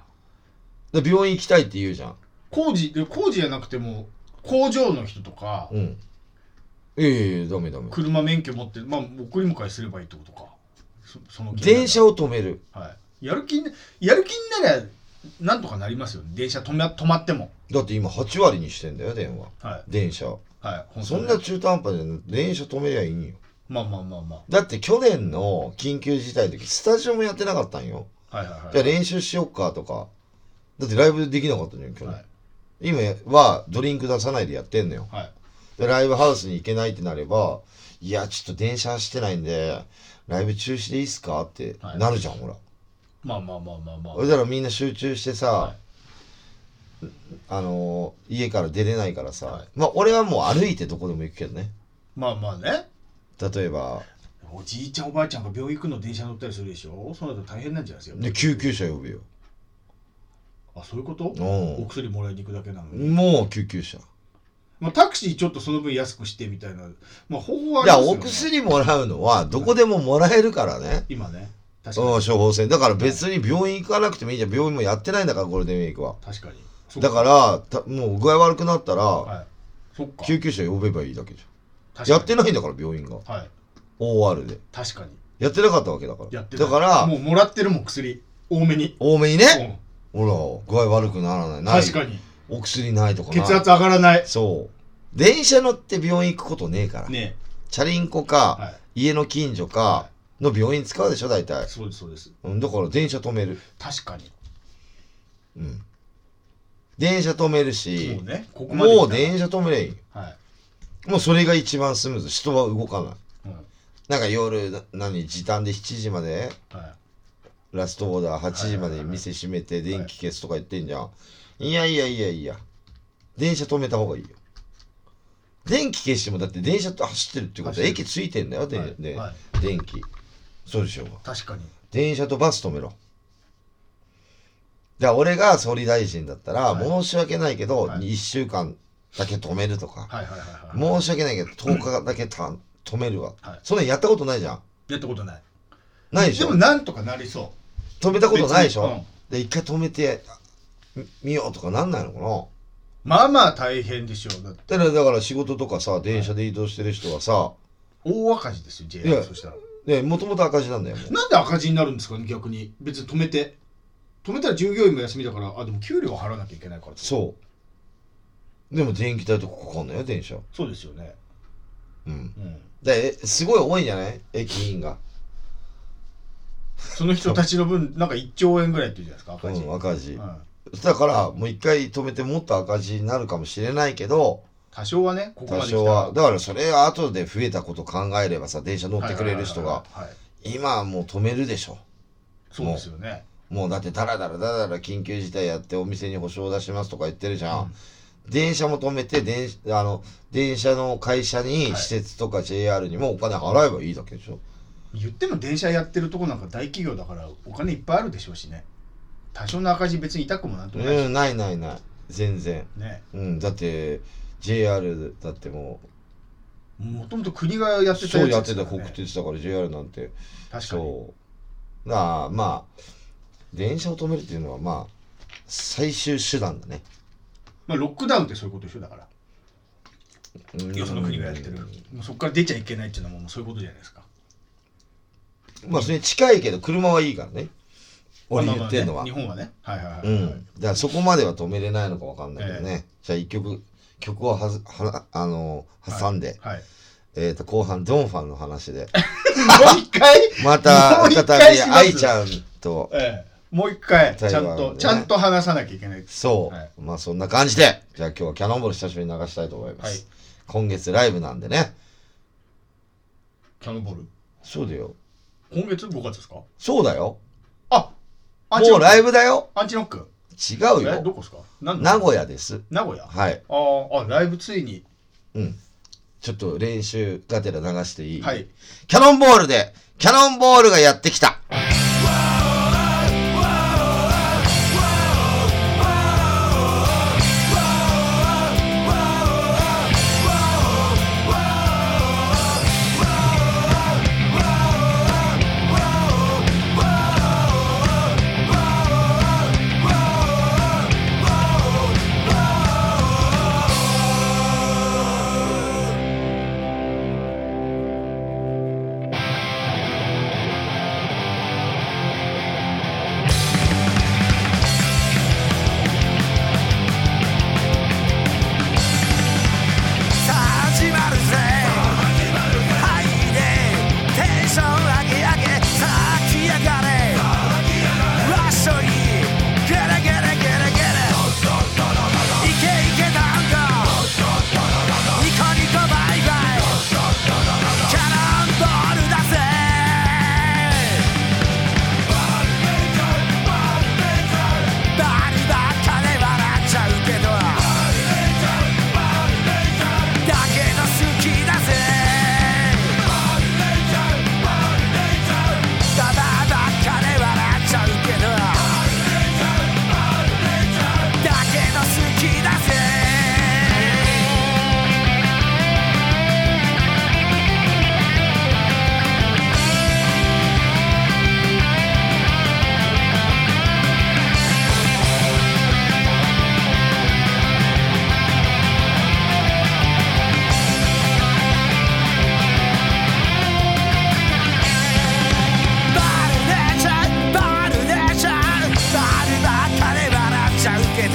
で病院行きたいって言うじゃん。 工事じゃなくても工場の人とか。 ダメ車免許持って送り迎えすればいいってことか。その電車を止める。 やる気になりゃなんとかなりますよね。電車止まっても。 だって今8割にしてんだよ電車。そんな中途半端で電車止めりゃいいんよ。だって去年の緊急事態の時スタジオもやってなかったんよ。じゃあ練習しよっかとか。だってライブできなかったじゃん去年。今はドリンク出さないでやってんのよ。でライブハウスに行けないってなれば、いやちょっと電車走ってないんでライブ中止でいいっすかってなるじゃん、ほら。それだからみんな集中してさ、家から出れないからさ、俺はもう歩いてどこでも行くけどね。 ね。 例えばおじいちゃんおばあちゃんが病院行くの電車乗ったりするでしょ。そうなると大変なんじゃないですか。 で救急車呼ぶよ。 そういうこと？お薬もらいに行くだけなのに。 もう救急車。 タクシーちょっとその分安くしてみたいな、方法はありますよね。 お薬もらうのはどこでももらえるからね。 今ね。 確かに。処方箋だから別に病院行かなくてもいいじゃん。病院もやってないんだからゴールデンウィークは。 確かに。 だからもう具合悪くなったら、救急車呼べばいいだけじゃん。やってないんだから病院が。OR で。 確かに。 やってなかったわけだから。だからもうもらってるもん薬多めにね。ほら具合悪くならない。 確かに。 お薬ないとか血圧上がらない。 そう電車乗って病院行くことねえからね。 チャリンコか、家の近所かの病院使うでしょ大体。 そうですだから電車止める。 確かに。 電車止めるし、 もう電車止めりゃいい。もうそれが一番スムーズ。人は動かない。なんか夜時短で7時まで、ラストオーダー8時まで店閉めて電気消すとか言ってんじゃん。いや電車止めた方がいいよ。電気消してもだって電車走ってるってことは駅ついてんだよ。電気そうでしょう。 確かに。 電車とバス止めろ。だから俺が総理大臣だったら申し訳ないけど1週間だけ止めるとか、申し訳ないけど10日だけ止めるわ。そんなやったことないじゃん。 やったことない。 ないでしょ。 でもなんとかなりそう。 止めたことないでしょ。で一回止めてみようとかなんないのかな。 まあ大変でしょう。 だから仕事とかさ電車で移動してる人はさ、 大赤字ですよ JR。そしたらもともと赤字なんだよ。 なんで赤字になるんですかね逆に。別に止めたら従業員も休みだから、でも給料は払わなきゃいけないから。そうでも電気代とかかかんないよ電車。 そうですよね。 すごい多いんじゃない駅員が。 その人たちの分なんか1兆円ぐらいって言うじゃないですか赤字。だからもう一回止めてもっと赤字になるかもしれないけど、 多少はね。ここまで来たら。 多少はだからそれは後で増えたこと考えればさ、電車乗ってくれる人が今はもう止めるでしょ。 そうですよね。 もうだってだらだら緊急事態やってお店に保証出しますとか言ってるじゃん。電車も止めて電車の会社に施設とか JR にもお金払えばいいだけでしょ。 言っても電車やってるとこなんか大企業だからお金いっぱいあるでしょうしね。多少の赤字別に痛くもなんともないし。 ない全然ね。だって JR だってもともと国がやってたやつですからね。そうやってた国鉄だから JR なんて。 確かに。 まあ電車を止めるっていうのはまあ最終手段だね。 ロックダウンってそういうことでしょ。だからよその国がやってる。もうそこから出ちゃいけないっていうのはもうそういうことじゃないですか。 それ近いけど車はいいからね。俺言ってんのは。 日本はね。 だからそこまでは止めれないのかわかんないけどね。じゃあ一曲を挟んで、後半ドンファンの話で。 もう一回また再び愛ちゃんと。 もう一回ちゃんと話さなきゃいけない。 そう。そんな感じで、じゃあ今日はキャノンボール久しぶりに流したいと思います。今月ライブなんでね。 キャノンボール？ そうだよ。 今月5月ですか？ そうだよ。 もうライブだよ。 アンチノック？ 違うよ。 どこですか？ 名古屋です。 名古屋？ はい。 ライブついに。 ちょっと練習がてら流していい？キャノンボールでキャノンボールがやってきた。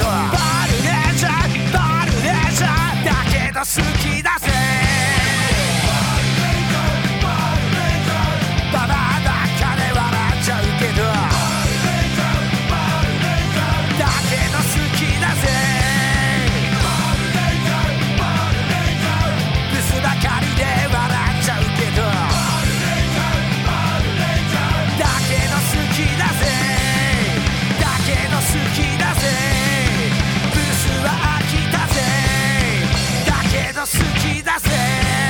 バルネーチャーバルネーチャーだけど好きだぜババアばっかで笑っちゃうけどだけど好きだぜブスばかりで笑っちゃうけどだけど好きだぜだけど好きだぜブスは飽きたぜだけど好きだぜ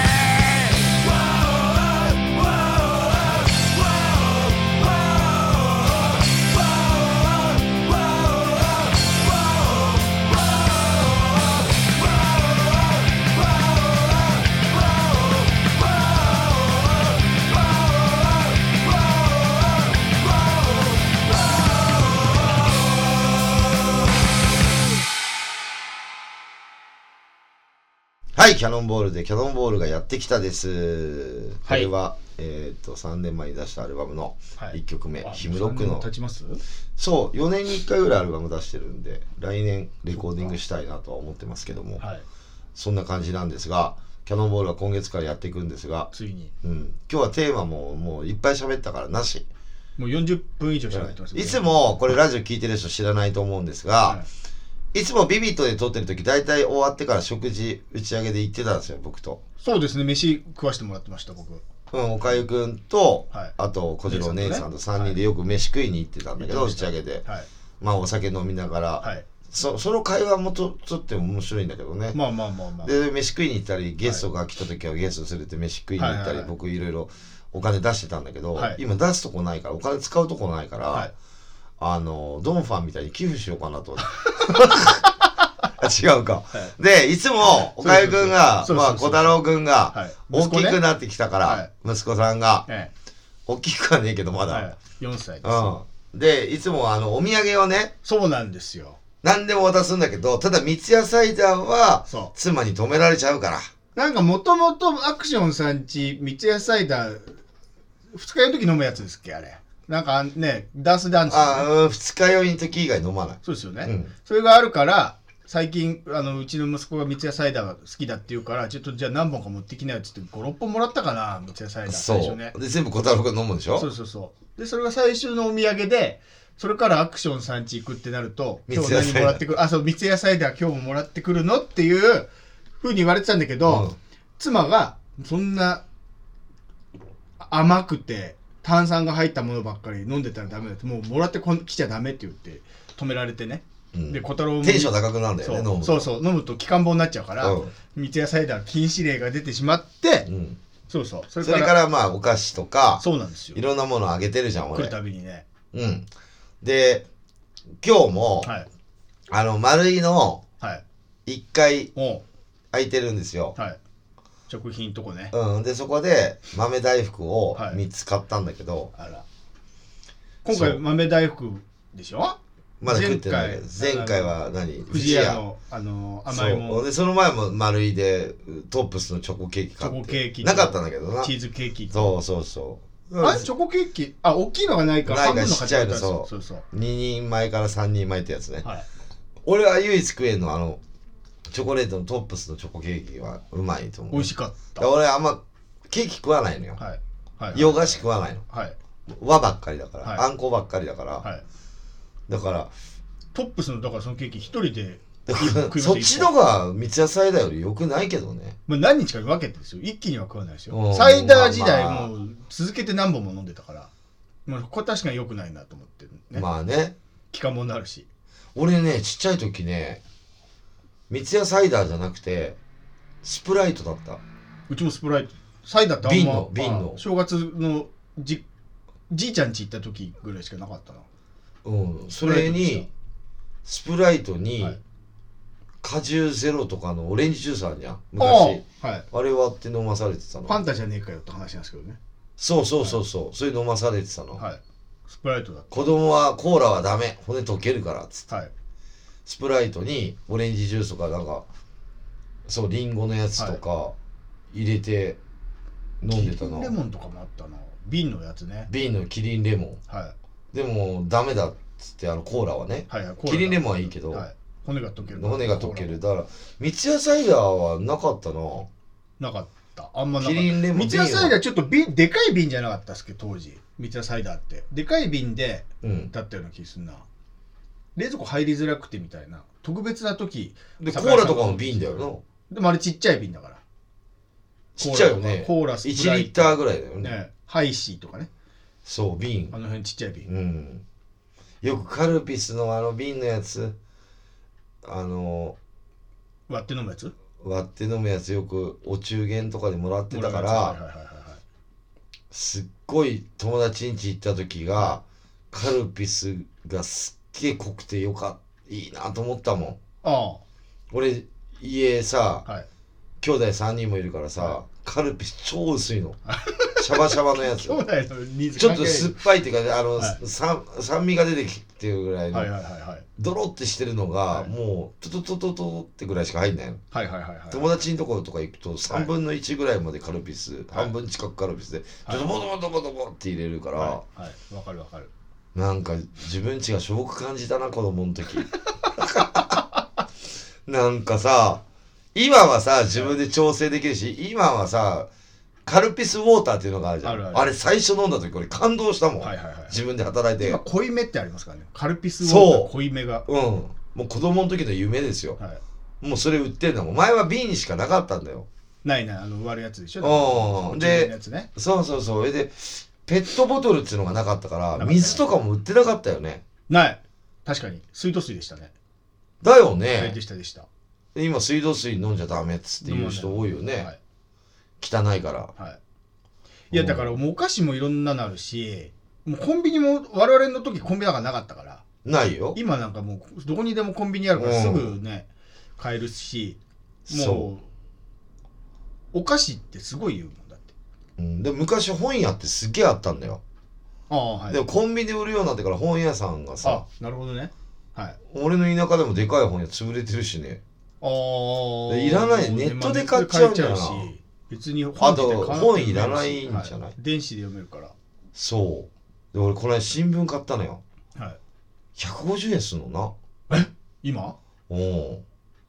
はい、キャノンボールでキャノンボールがやってきたです。これは、3年前に出したアルバムの1曲目、ヒムロックの。 経ちます？ そう、4年に1回ぐらいアルバム出してるんで、来年レコーディングしたいなとは思ってますけども、そんな感じなんですが、キャノンボールは今月からやっていくんですが、 ついに。 今日はテーマもういっぱい喋ったからなし。 もう40分以上喋ってますね。 いつもこれラジオ聞いてる人知らないと思うんですが、いつもビビットで撮ってる時大体終わってから食事打ち上げで行ってたんですよ、僕と。 そうですね、飯食わしてもらってました、僕。 おかゆくんと、あと小次郎姉さんと3人でよく飯食いに行ってたんだけど、打ち上げで、まあお酒飲みながら、その会話もとっても面白いんだけどね。 まあで飯食いに行ったり、ゲストが来た時はゲスト連れて飯食いに行ったり、僕いろいろお金出してたんだけど、今出すとこないから、お金使うとこないから、ドンファンみたいに寄付しようかなと。違うか。で、いつも、おかゆくんが、まあ、小太郎くんが、大きくなってきたから、息子さんが、大きくはねえけど、まだ。 4歳です。 で、いつも、お土産をね、 そうなんですよ。 何でも渡すんだけど、ただ、三ツ矢サイダーは、妻に止められちゃうから。 なんか、もともとアクションさんち、三ツ矢サイダー、二日酔いの時飲むやつですっけ、あれ。なんかね、ダンス。 二日酔いの時以外飲まない。 そうですよね。それがあるから、最近うちの息子が三ツ矢サイダーが好きだって言うから、ちょっとじゃあ何本か持ってきなよって言って56本もらったかな、三ツ矢サイダー。最初ね。 で全部小太郎くん飲むでしょ。 そうでそれが最初のお土産で、それからアクションさんち行くってなると、今日何もらってくる、そう三ツ矢サイダー今日ももらってくるのっていうふうに言われてたんだけど、妻がそんな甘くて炭酸が入ったものばっかり飲んでたらダメだって、もうもらってきちゃダメって言って止められてね。で小太郎もテンション高くなるんだよね、飲むと。 そう飲むと気管棒になっちゃうから、三ツ矢サイダー禁止令が出てしまって、それからまあお菓子とか、 そうなんですよ、 いろんなものあげてるじゃん、俺。 来るたびにね。 で今日も、丸井の1階空いてるんですよ。 食品とこね。 でそこで豆大福を3つ買ったんだけど、 今回豆大福でしょ。 まだ食ってないけど、前回は藤屋の甘いもんで、その前も丸井でトップスのチョコケーキ買ってなかったんだけどな、 チーズケーキ。 そうチョコケーキ大きいのがないから半分のちっちゃいの。そう2人前から3人前ってやつね。俺は唯一食えんのチョコレートのトップスのチョコケーキはうまいと思う。 美味しかった。 俺あんまケーキ食わないのよ。洋菓子食わないの。和ばっかりだから、あんこばっかりだから、だからトップスのだからそのケーキ一人でそっちのが三ツ矢サイダーよりよくないけどね。 何日かに分けてですよ。一気には食わないですよ。サイダー時代もう続けて何本も飲んでたから、これ確かに良くないなと思ってね。 まあね、 気管もなるし。 俺ね、ちっちゃい時ね、三ツ矢サイダーじゃなくてスプライトだった。 うちもスプライト。サイダーってあんま瓶の正月のじいちゃん家行った時ぐらいしかなかったな。 それにスプライトに果汁ゼロとかのオレンジジュースあるじゃん昔。あれ割って飲まされてたの。 ファンタじゃねえかよって話なんですけどね。 そうそれ飲まされてたの。 スプライトだった。 子供はコーラはダメ、骨溶けるからっつって、スプライトにオレンジジュースとかなんかリンゴのやつとか入れて飲んでたな。 キリンレモンとかもあったな。瓶のやつね。 瓶のキリンレモン。でもダメだっつってコーラはね。キリンレモンはいいけど、 骨が溶ける。 骨が溶ける。だから三ツ矢サイダーはなかったな。 なかった。あんまなかった。 キリンレモン。 三ツ矢サイダーちょっとでかい瓶じゃなかったっすけど当時。三ツ矢サイダーってでかい瓶でだったような気すんな。冷蔵庫入りづらくてみたいな特別な時でコーラとかも瓶だよな。 でもあれちっちゃい瓶だから。 ちっちゃいよね。 コーラスプ 1リッターぐらいだよね。 ハイシーとかね。 そう瓶。 あの辺ちっちゃい瓶。 うん。よくカルピスのあの瓶のやつ割って飲むやつ？ 割って飲むやつよくお中元とかでもらってたから、すっごい友達ん家行った時がカルピスがすっげえ濃くていいなと思ったもん。ああ。俺家さ、兄弟3人もいるからさ、カルピス超薄いの。シャバシャバのやつ。ちょっと酸っぱいっていうか酸味が出てきてるぐらいのドロってしてるのがもうトトトトトってぐらいしか入んないの。友達のところとか行くと3分の1ぐらいまでカルピス、半分近くカルピスでドボドボドボドボって入れるから、 わかるわかる。 なんか自分ちがしょぼく感じたな子供の時。なんかさ今はさ自分で調整できるし、今はさカルピスウォーターっていうのがあるじゃん。あれ最初飲んだ時これ感動したもん。自分で働いて。 今濃いめってありますからね。カルピスウォーター濃いめが。 もう子供の時の夢ですよ。もうそれ売ってんだもん。前は瓶にしかなかったんだよ。 ない割るやつでしょ。 で、そうでペットボトルっていうのがなかったから水とかも売ってなかったよね。 ない。確かに水道水でしたね。 だよね。 でした今水道水飲んじゃダメっつっていう人多いよね。汚いから。 いやだからもうお菓子もいろんなのあるし、もうコンビニも我々の時コンビニなんかなかったから。 ないよ。 今なんかもうどこにでもコンビニあるからすぐね買えるし、もうお菓子ってすごい言うもんだって。 で昔本屋ってすげえあったんだよ。でもコンビニで売るようになってから本屋さんがさ。 なるほどね。 俺の田舎でもでかい本屋潰れてるしね。いらない。ネットで買っちゃうんだよな。 別にあと本いらないんじゃない？ 電子で読めるから。 そう。で俺この間新聞買ったのよ。150円するのな。 今？ 俺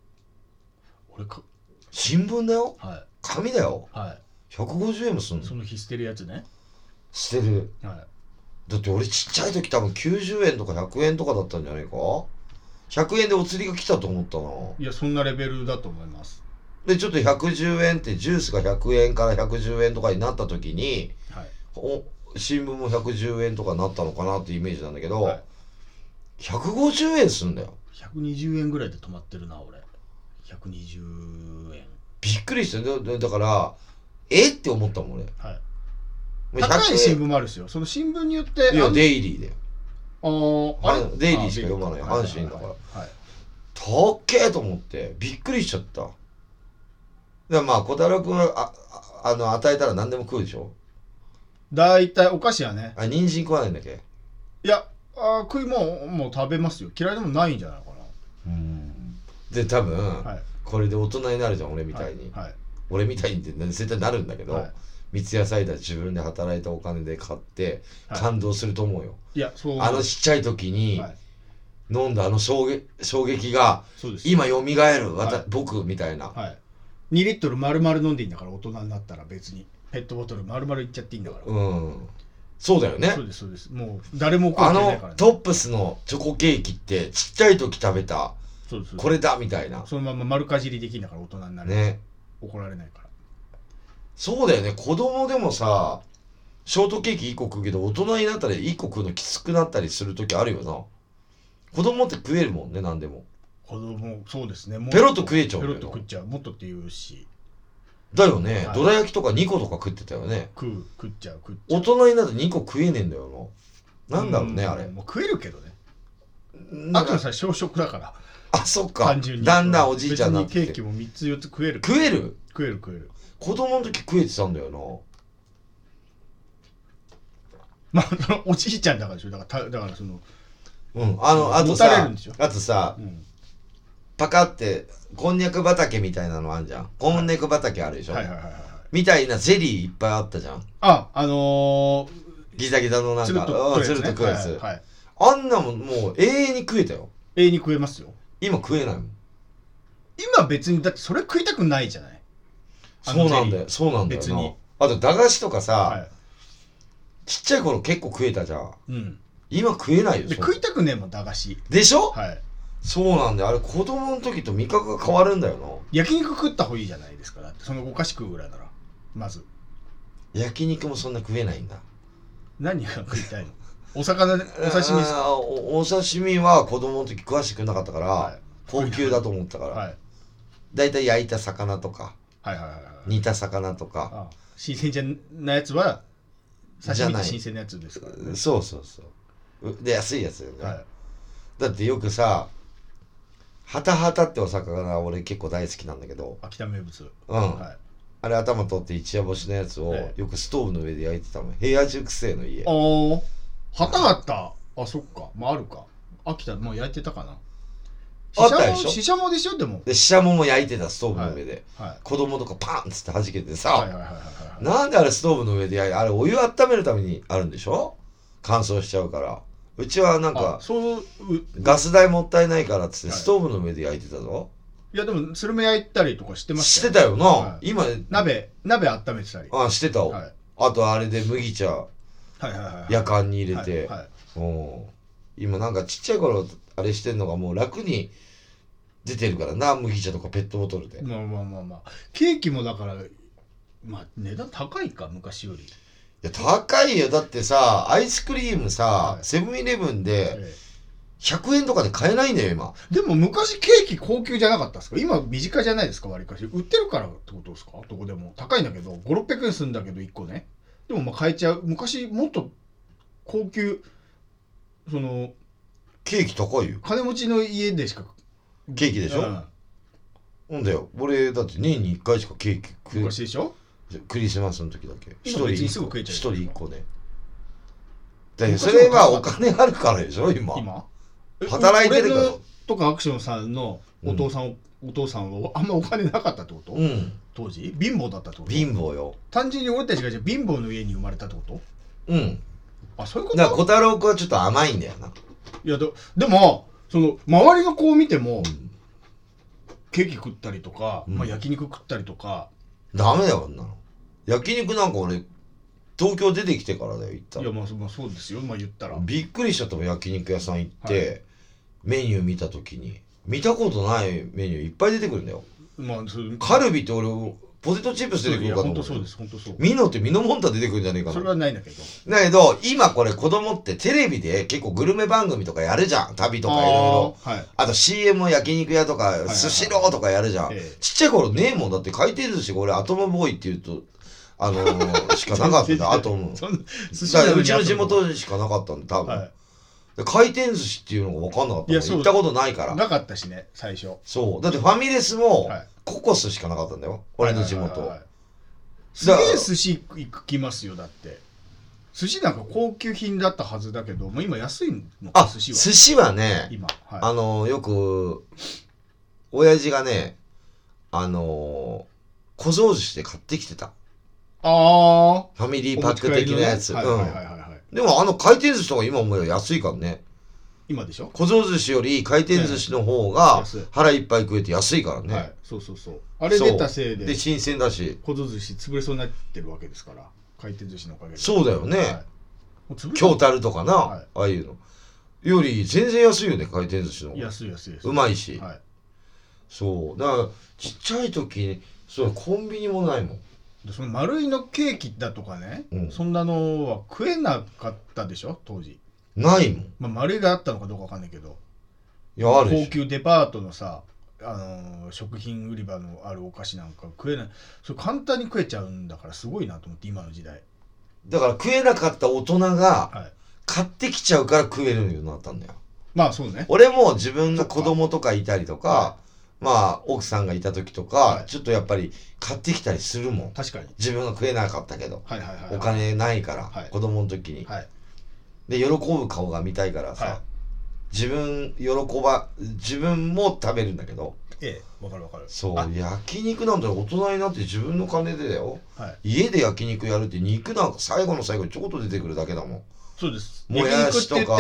新聞だよ。紙だよ。150円もすんの。 その日捨てるやつね。 捨てる。だって俺ちっちゃい時多分90円とか100円とかだったんじゃないか。100円でお釣りが来たと思ったな。 いやそんなレベルだと思います。 でちょっと110円ってジュースが100円から110円とかになった時に、新聞も110円とかになったのかなってイメージなんだけど、150円すんだよ。 120円ぐらいで止まってるな俺。120円。 びっくりして。だからって思ったもん俺。 高い新聞もあるんですよ。その新聞によって。 いやデイリーだよ。デイリーしか読まない。阪神だから。たっけーと思ってびっくりしちゃった。でまあ小太郎君は与えたら何でも食うでしょ。 だいたいお菓子はね。 人参食わないんだっけ。 いや食いもう食べますよ。嫌いでもないんじゃないかな。 で多分、これで大人になるじゃん俺みたいに。俺みたいにって絶対なるんだけど。三ツ矢サイダー自分で働いたお金で買って感動すると思うよ。ちっちゃい時に飲んだ衝撃が今蘇る僕みたいな。 2リットル丸々飲んでいいんだから大人になったら別にペットボトル丸々いっちゃっていいんだから。 そうだよね。 そうです。もう誰も怒ってないからね。 トップスのチョコケーキってちっちゃい時食べたこれだみたいな。 そのまま丸かじりできんだから大人になるね。怒られないから。 そうだよね。子供でもさショートケーキ1個食うけど大人になったら1個食うのきつくなったりする時あるよな。子供って食えるもんね。何でも子供そうですね。 ペロッと食えちゃう。 ペロッと食っちゃう。もっとって言うしだよね。どら焼きとか2個とか食ってたよね。 食っちゃう。 大人になって2個食えねえんだよな。なんだろうねあれ。 もう食えるけどね。あとさ小食だから。 そっか。だんだんおじいちゃんになってケーキも3つ4つ食える。 食える子供の時食えてたんだよな。まあおじいちゃんだからでしょ。だからそのあとさ、パカってこんにゃく畑みたいなのあるじゃん。こんにゃく畑あるでしょ。みたいなゼリーいっぱいあったじゃん。ギザギザのなんかつるっと食うやつ。 あんなもんもう永遠に食えたよ。 永遠に食えますよ。 今食えないもん。 今別にだってそれ食いたくないじゃない。 そうなんだよ別に。あと駄菓子とかさ、はい、ちっちゃい頃結構食えたじゃん、うん、今食えないよ。 で食いたくねえもん駄菓子でしょ。 はい。 そうなんだよ。あれ子供の時と味覚が変わるんだよな。 焼肉食った方がいいじゃないですか。だってそのお菓子食うぐらいなら。まず焼肉もそんな食えないんだ。 何が食いたいの？お魚でお刺身ですか？ お刺身は子供の時食わしてくれなかったから、はい、高級だと思ったから、はい、だいたい焼いた魚とか、はいはいはいはい、煮た魚とか。 新鮮じゃないやつは刺身が新鮮なやつですからね。 そうそうそうで安いやつよね、はい、だってよくさハタハタってお魚俺結構大好きなんだけど、 秋田名物、 うん、はい、あれ頭取って一夜干しのやつをよくストーブの上で焼いてたもん。平野熟成の家。 ハタハタ、あ、そっか、まああるか。秋田もう焼いてたかな。 あったでしょ。 シシャモでしょ。でもでシシャモも焼いてた、ストーブの上で、はいはい、子供とかパンっつって弾けてさ、なんであれストーブの上で焼いて、あれお湯温めるためにあるんでしょ。乾燥しちゃうから。うちはなんかガス代もったいないからっつってストーブの上で焼いてたぞ、はい、 いやでもそれも焼いたりとかしてましたよ。してたよな、はい、今鍋温めてたりしてたわ、はい、あとあれで麦茶、はいはいはい、やかんに入れて、はいはい、今なんかちっちゃい頃あれしてんのがもう楽に出てるからな、麦茶とかペットボトルで。 まあケーキもだからまあ値段高いか昔より。 いや高いよ。だってさアイスクリームさ、セブンイレブンで100円とかで買えないんだよ今。 でも昔ケーキ高級じゃなかったですか。今身近じゃないですか。割りかし売ってるからってことですか。どこでも高いんだけど5、600円するんだけど1個ね。でもまあ買えちゃう。昔もっと高級、そのケーキ高いよ。 金持ちの家でしかケーキでしょ。なんだよ俺だって年に1回しかケーキ食う。昔でしょ。 クリスマスの時だけ一人1個ね。だそれはお金あるからでしょ今働いてるから。俺とかアクションさんのお父さんはあんまお金なかったってこと、うん、当時貧乏だったってこと。 貧乏よ。 単純に俺たちがじゃあ貧乏の家に生まれたってこと。 うん。 あ、そういうこと。 だから小太郎君はちょっと甘いんだよな。 いやでもその周りの子を見ても、うん、ケーキ食ったりとか、まあ、焼肉食ったりとか、 ダメだよな。焼肉なんか俺東京出てきてからだよ行ったら。 いやまあそうですよ。まあ言ったらびっくりしちゃったもん。焼肉屋さん行って、はい、メニュー見た時に見たことないメニューいっぱい出てくるんだよ。まあカルビって俺ポテトチップス出てくるかと思う。 本当そうです。本当そう。 ミノってミノモンタ出てくるんじゃねえかな。 それはないんだけど。 だけど今これ子供ってテレビで結構グルメ番組とかやるじゃん。旅とかいろいろ。あと CM 焼肉屋とかスシローとかやるじゃん。ちっちゃい頃ねえもん。だって回転寿司が俺アトムボーイって言うとしかなかったんだ。アトム。うちの地元しかなかったんだ多分。はい、回転寿司っていうのが分かんなかった。行ったことないから。 なかったしね最初。 そうだってファミレスもココスしかなかったんだよ俺の地元。 すげえ寿司行きますよ。だって寿司なんか高級品だったはずだけどもう今安いのか。寿司はね今、はい、よく親父がね小僧寿司で買ってきてた。ファミリーパック的なやつ。でも回転寿司とか今思えば安いからね。 今でしょ。 小僧寿司より回転寿司の方が腹いっぱい食えて安いからね、はい、 そうあれ出たせいで新鮮だし小僧寿司潰れそうになってるわけですから回転寿司のおかげで。 そうだよね、はい、京樽とかな、はい、ああいうのより全然安いよね回転寿司の方が。 安いうまいし、はい、そうだからちっちゃい時にコンビニもないもん。 その丸いのケーキだとかね、うん、そんなのは食えなかったでしょ当時。 ないもん。 まあ、丸いがあったのかどうかわかんないけど、 いやあるし高級デパートのさ、食品売り場のあるお菓子なんか食えない。それ簡単に食えちゃうんだからすごいなと思って今の時代。 だから食えなかった大人が買ってきちゃうから食えるようになったんだよ。 まあそうね。 俺も自分の子供とかいたりとか、まあ奥さんがいた時とか、ちょっとやっぱり買ってきたりするもん。 確かに。 自分が食えなかったけど、お金ないから、子供の時に。で喜ぶ顔が見たいからさ、自分も食べるんだけど。 わかる。 そう焼肉なんて大人になって自分の金でだよ、家で焼肉やるって肉なんか最後の最後にちょこっと出てくるだけだもん。 そうです。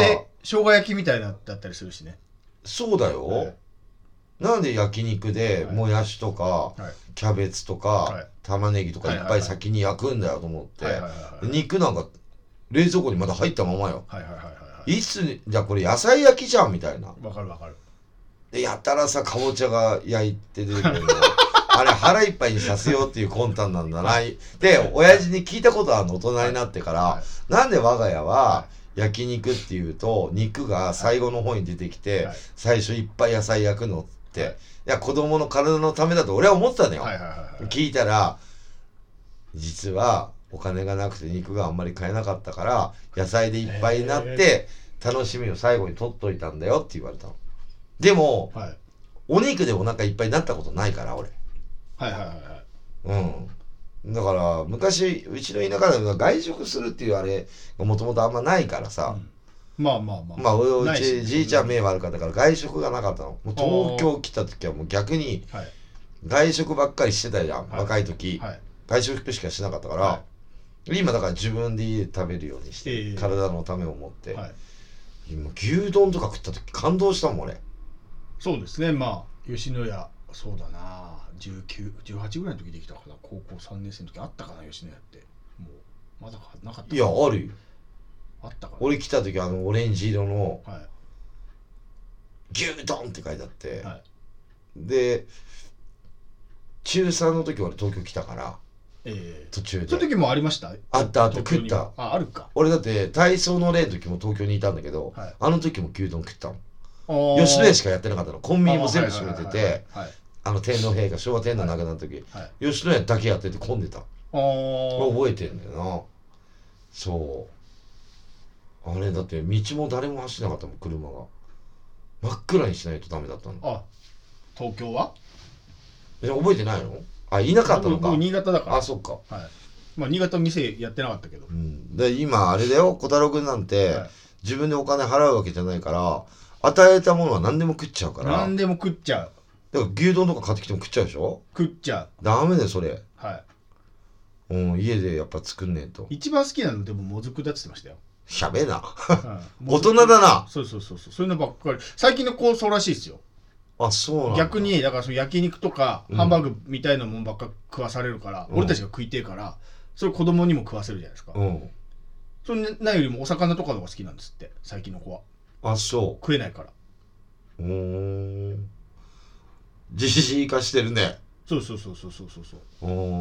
もやしとか生姜焼きみたいなだったりするしね。 そうだよ、 なんで焼肉でもやしとか、キャベツとか、玉ねぎとかいっぱい先に焼くんだよと思って、肉なんか冷蔵庫にまだ入ったままよ。いつじゃあこれ野菜焼きじゃんみたいな。 わかるわかる。 でやったらさかぼちゃが焼いて出てくるのあれ腹いっぱいにさせようっていう魂胆なんだな。で親父に聞いたことあるの大人になってから、なんで我が家は焼肉っていうと肉が最後の方に出てきて、最初いっぱい野菜焼くのって、いや子供の体のためだと俺は思ってたのよ。聞いたら実はお金がなくて肉があんまり買えなかったから野菜でいっぱいになって楽しみを最後に取っといたんだよって言われたの。でも、お肉でお腹いっぱいになったことないから俺。だから昔うちの田舎では外食するっていうあれがもともとあんまないからさ、うちじいちゃん目悪かったから外食がなかったの。もう東京来た時はもう逆に外食ばっかりしてたじゃん、若い時、外食しかしなかったから、今だから自分で家で食べるようにして、体のためを思って、今牛丼とか食った時感動したもん俺。 そうですね。まあ吉野家そうだな19、18ぐらいの時できたかな。高校3年生の時あったかな吉野家って。もうまだなかった。 いやあるよ。 あったかな。 俺来た時オレンジ色の牛丼って書いてあって、で中3の時俺東京来たから、途中でその時もありました。 あった食った。 あるか。 俺だって体操の例の時も東京にいたんだけど、あの時も牛丼食ったの。吉野家しかやってなかったの。コンビニも全部閉めてて、天皇陛下昭和天皇亡くなった時、吉野家だけやってて混んでた。覚えてんだよな。そうあれだって道も誰も走らなかったもん。車が真っ暗にしないとダメだったの。 東京は覚えてないの？いなかったのか。 新潟だから。 そっか。 まあ新潟店やってなかったけど、 で今あれだよ、小太郎くんなんて、自分でお金払うわけじゃないから与えたものは何でも食っちゃうから。 何でも食っちゃう。 だから牛丼とか買ってきても食っちゃうでしょ。食っちゃう。ダメだよそれ。家でやっぱ作んねえと。一番好きなのでももずくだって言ってましたよ。しゃべえな大人だな。そういうのばっかり。最近の子そうらしいですよ。そうなんだ。逆にだからその焼肉とかハンバーグみたいなもんばっか食わされるから、俺たちが食いてえからそれ子供にも食わせるじゃないですか。それないよりもお魚とかの方が好きなんですって最近の子は。そう食えないから。自炊化してるね。そう。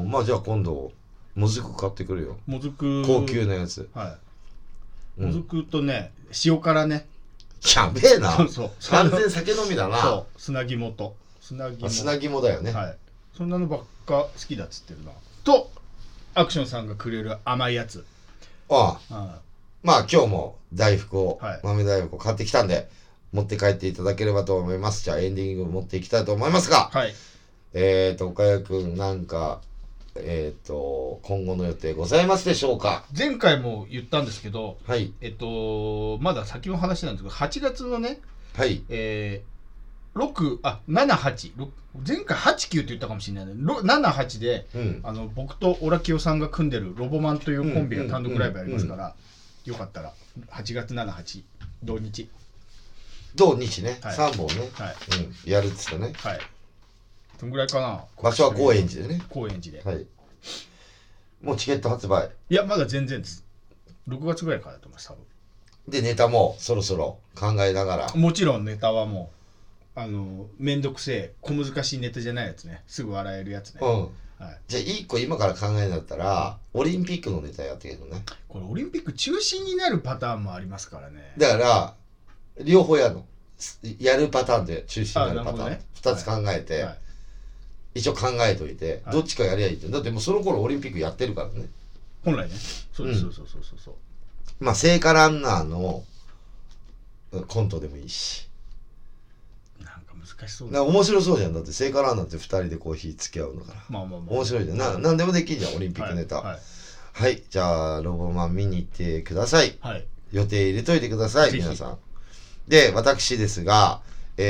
まあじゃあ今度もずく買ってくるよ。もずく高級なやつ。もずくとね塩辛ね。やべえな。完全酒飲みだな。そう砂肝と砂肝だよね。そんなのばっか好きだっつってるな。とアクションさんがくれる甘いやつ。まあ今日も大福を、豆大福を買ってきたんで持って帰っていただければと思います。じゃあエンディング持っていきたいと思いますが、岡谷くんなんか今後の予定ございますでしょうか。前回も言ったんですけど、まだ先の話なんですけど8月のね、7、8前回8、9って言ったかもしれないので7、8で、僕とオラキオさんが組んでるロボマンというコンビが単独ライブやりますから、よかったら8月7、8同日ね、3本ね、やるっつってね。どんぐらいかな。場所は高円寺でね。高円寺で。もうチケット発売。いやまだ全然です。6月ぐらいからだと思います多分。でネタもそろそろ考えながら。もちろんネタはもうめんどくせえ小難しいネタじゃないやつね。すぐ笑えるやつね。じゃあ1個今から考えんだったらオリンピックのネタやってるけどね。これオリンピック中止になるパターンもありますからね。だから両方やるの。やるパターンで中止になるパターン、2つ考えて、一応考えといて、どっちかやりゃいいって。だってもうその頃オリンピックやってるからね本来ね。そう。まあ聖火ランナーのコントでもいいし、なんか難しそうだ。面白そうじゃん。だって聖火ランナーって2人でこう火付き合うのから、面白いじゃん。なんでもできるじゃんオリンピックネタ。じゃあロボマン見に行ってください。予定入れといてください皆さん。で私ですが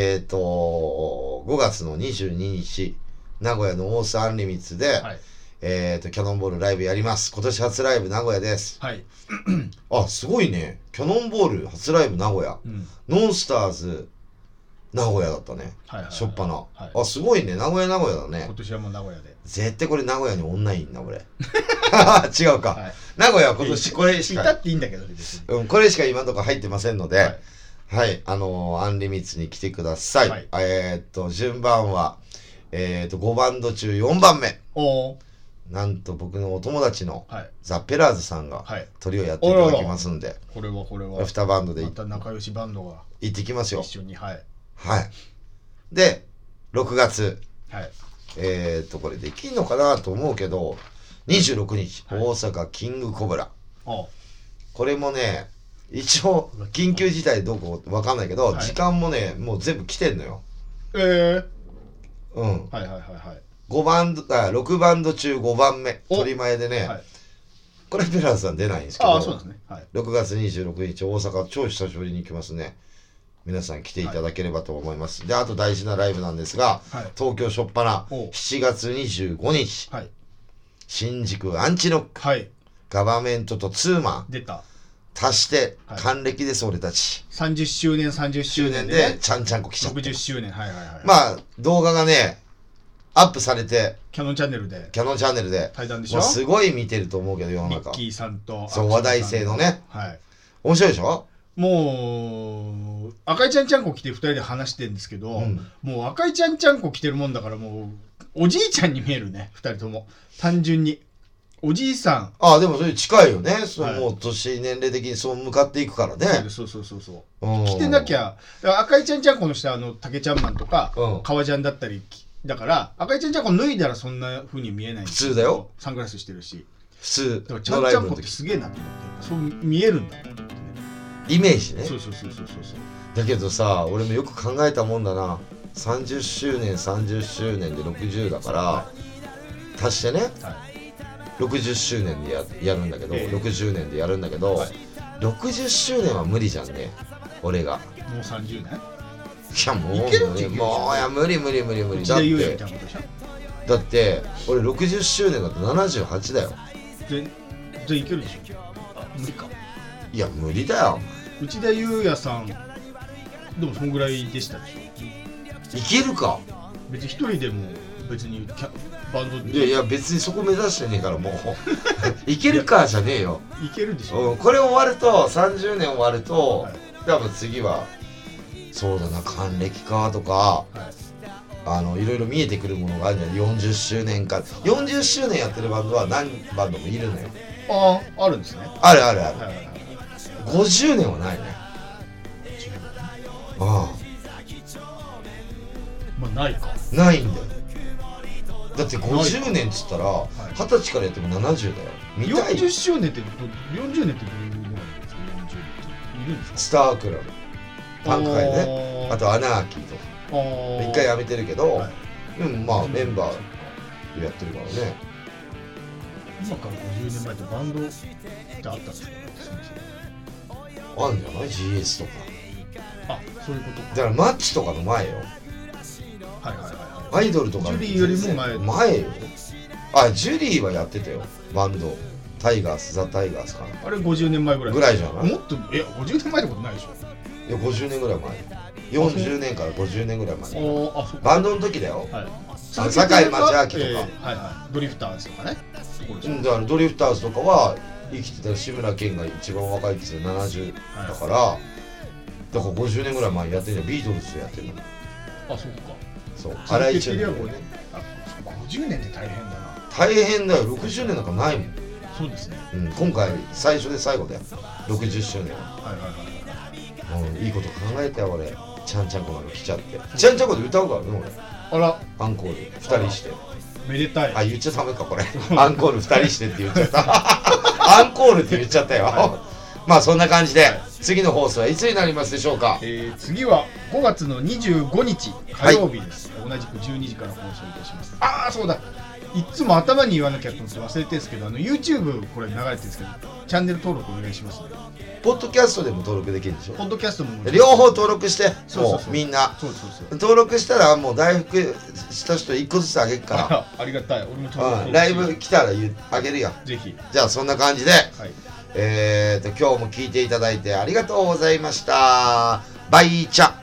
5月の22日名古屋のオースアンリミッツで、キャノンボールライブやります。今年初ライブ名古屋です。すごいね。キャノンボール初ライブ名古屋、ノンスターズ名古屋だったね。しょっぱな。あ、すごいね。名古屋だね。 今年はもう名古屋で。 絶対これ名古屋に女いんな、俺。違うか。名古屋は今年これしか。 いたっていいんだけど、 うん、これしか今のところ入ってませんので、はい、アンリミッツに来てください。順番は、5バンド中4番目。なんと僕のお友達のザ・ペラーズさんがトリをやっていただきますんで、 これは 2バンドでまた仲良しバンドが行ってきますよ。 一緒に。はい。 で、6月、これできんのかなと思うけど、26日、大阪キングコブラ。これもね、一応緊急事態どこわかんないけど、時間もね、もう全部来てんのよ。うん。6バンド中5番目、取り前でね、これペラーズさん出ないんですけど、6月26日大阪超久しぶりに行きますね。皆さん来ていただければと思います。で、あと大事なライブなんですが、東京しょっぱな7月25日、新宿アンチノック、ガバメントとツーマン出た足して還暦です、俺たち。 30周年でちゃんちゃんこ来ちゃった。 60周年。 まあ動画がねアップされて、 キャノンチャンネルで対談でしょ。 もうすごい見てると思うけど、世の中。 ミッキーさんとそう、話題性のね。面白いでしょ。 もう赤いちゃんちゃんこ着て2人で話してるんですけど、もう赤いちゃんちゃんこ着てるもんだから、もうおじいちゃんに見えるね、2人とも。単純におじいさん。 でもそれ近いよね。もう年年齢的にそう向かっていくからね。 そう着てなきゃ。赤いちゃんちゃんこの下竹ちゃんマンとか革ジャンだったりだから、赤いちゃんちゃんこ脱いだらそんな風に見えない。 普通だよ。 サングラスしてるし。 普通。 だからちゃんちゃんこってすげえなと思って、そう見えるんだ。 イメージね。 そう。 だけどさ、俺もよく考えたもんだな。30周年で60だから、足してね、60周年でやるんだけど、60年でやるんだけど、60周年は無理じゃんね、俺が。 もう30年？ いやもう無理だって俺60周年だと78だよ。 全然いけるでしょ。無理か。 いや無理だよ。 内田裕也さんでもそんぐらいでしたでしょ。 いけるか。 別に一人でも別にバンドで。いや別にそこ目指してねえからもういけるかじゃねえよ。 いけるでしょ。 これ終わると30年終わると、多分次はそうだな、還暦かとか、いろいろ見えてくるものがあるんじゃない。40周年か40周年やってるバンドは何バンドもいるのよ。 あるんですね。 ある50年はないね。 ないか。 ないんだよ。だって50年っつったら20歳からやっても70だよ。 40周年って40年ってどういうものなんですか。40年っているんですか。 スタークラブパンク界ね。あとアナーキーとか一回やめてるけど、メンバーでやってるからね。 今から50年前ってバンドってあったんですか。 あるんじゃない。 GS とか。 そういうことか。 だからマッチとかの前よ。アイドルとかジュリーよりも前よ。ジュリーはやってたよ、バンド。タイガース、ザ・タイガースかな。 あれ50年前ぐらいじゃない。 もっと50年前ってことないでしょ。 いや50年ぐらい前、40年から50年ぐらい前。バンドの時だよ。堺正明とか、 ドリフターズとかね。 だからドリフターズとかは生きてた志村けんが一番若いって言って70だから、だから50年ぐらい前にやってんじゃん。ビートルズやってるの。 そうか。 そう、荒井注ね。50年って大変だな。 大変だよ。60年なんかないもん。 そうですね。 今回最初で最後だよ、60周年は。いいこと考えたよ俺。ちゃんちゃんこなんか来ちゃって、ちゃんちゃんこで歌うからね俺。アンコール2人して。 めでたい。 言っちゃダメかこれアンコール2人してって言っちゃったアンコールって言っちゃったよまあそんな感じで、次の放送はいつになりますでしょうか。 次は5月の25日火曜日です。同じく12時から放送いたします。そうだ、いつも頭に言わなきゃと思って忘れてるんですけど、YouTube これ流れてるんですけど、チャンネル登録お願いしますね。 ポッドキャストでも登録できるでしょ。 ポッドキャストも両方登録して、もうみんな登録したらもう大福した人1個ずつあげるからありがたい。俺も登録ライブ来たらあげるよ。 ぜひ。 じゃあそんな感じで、今日も聞いていただいてありがとうございました。バイチャ。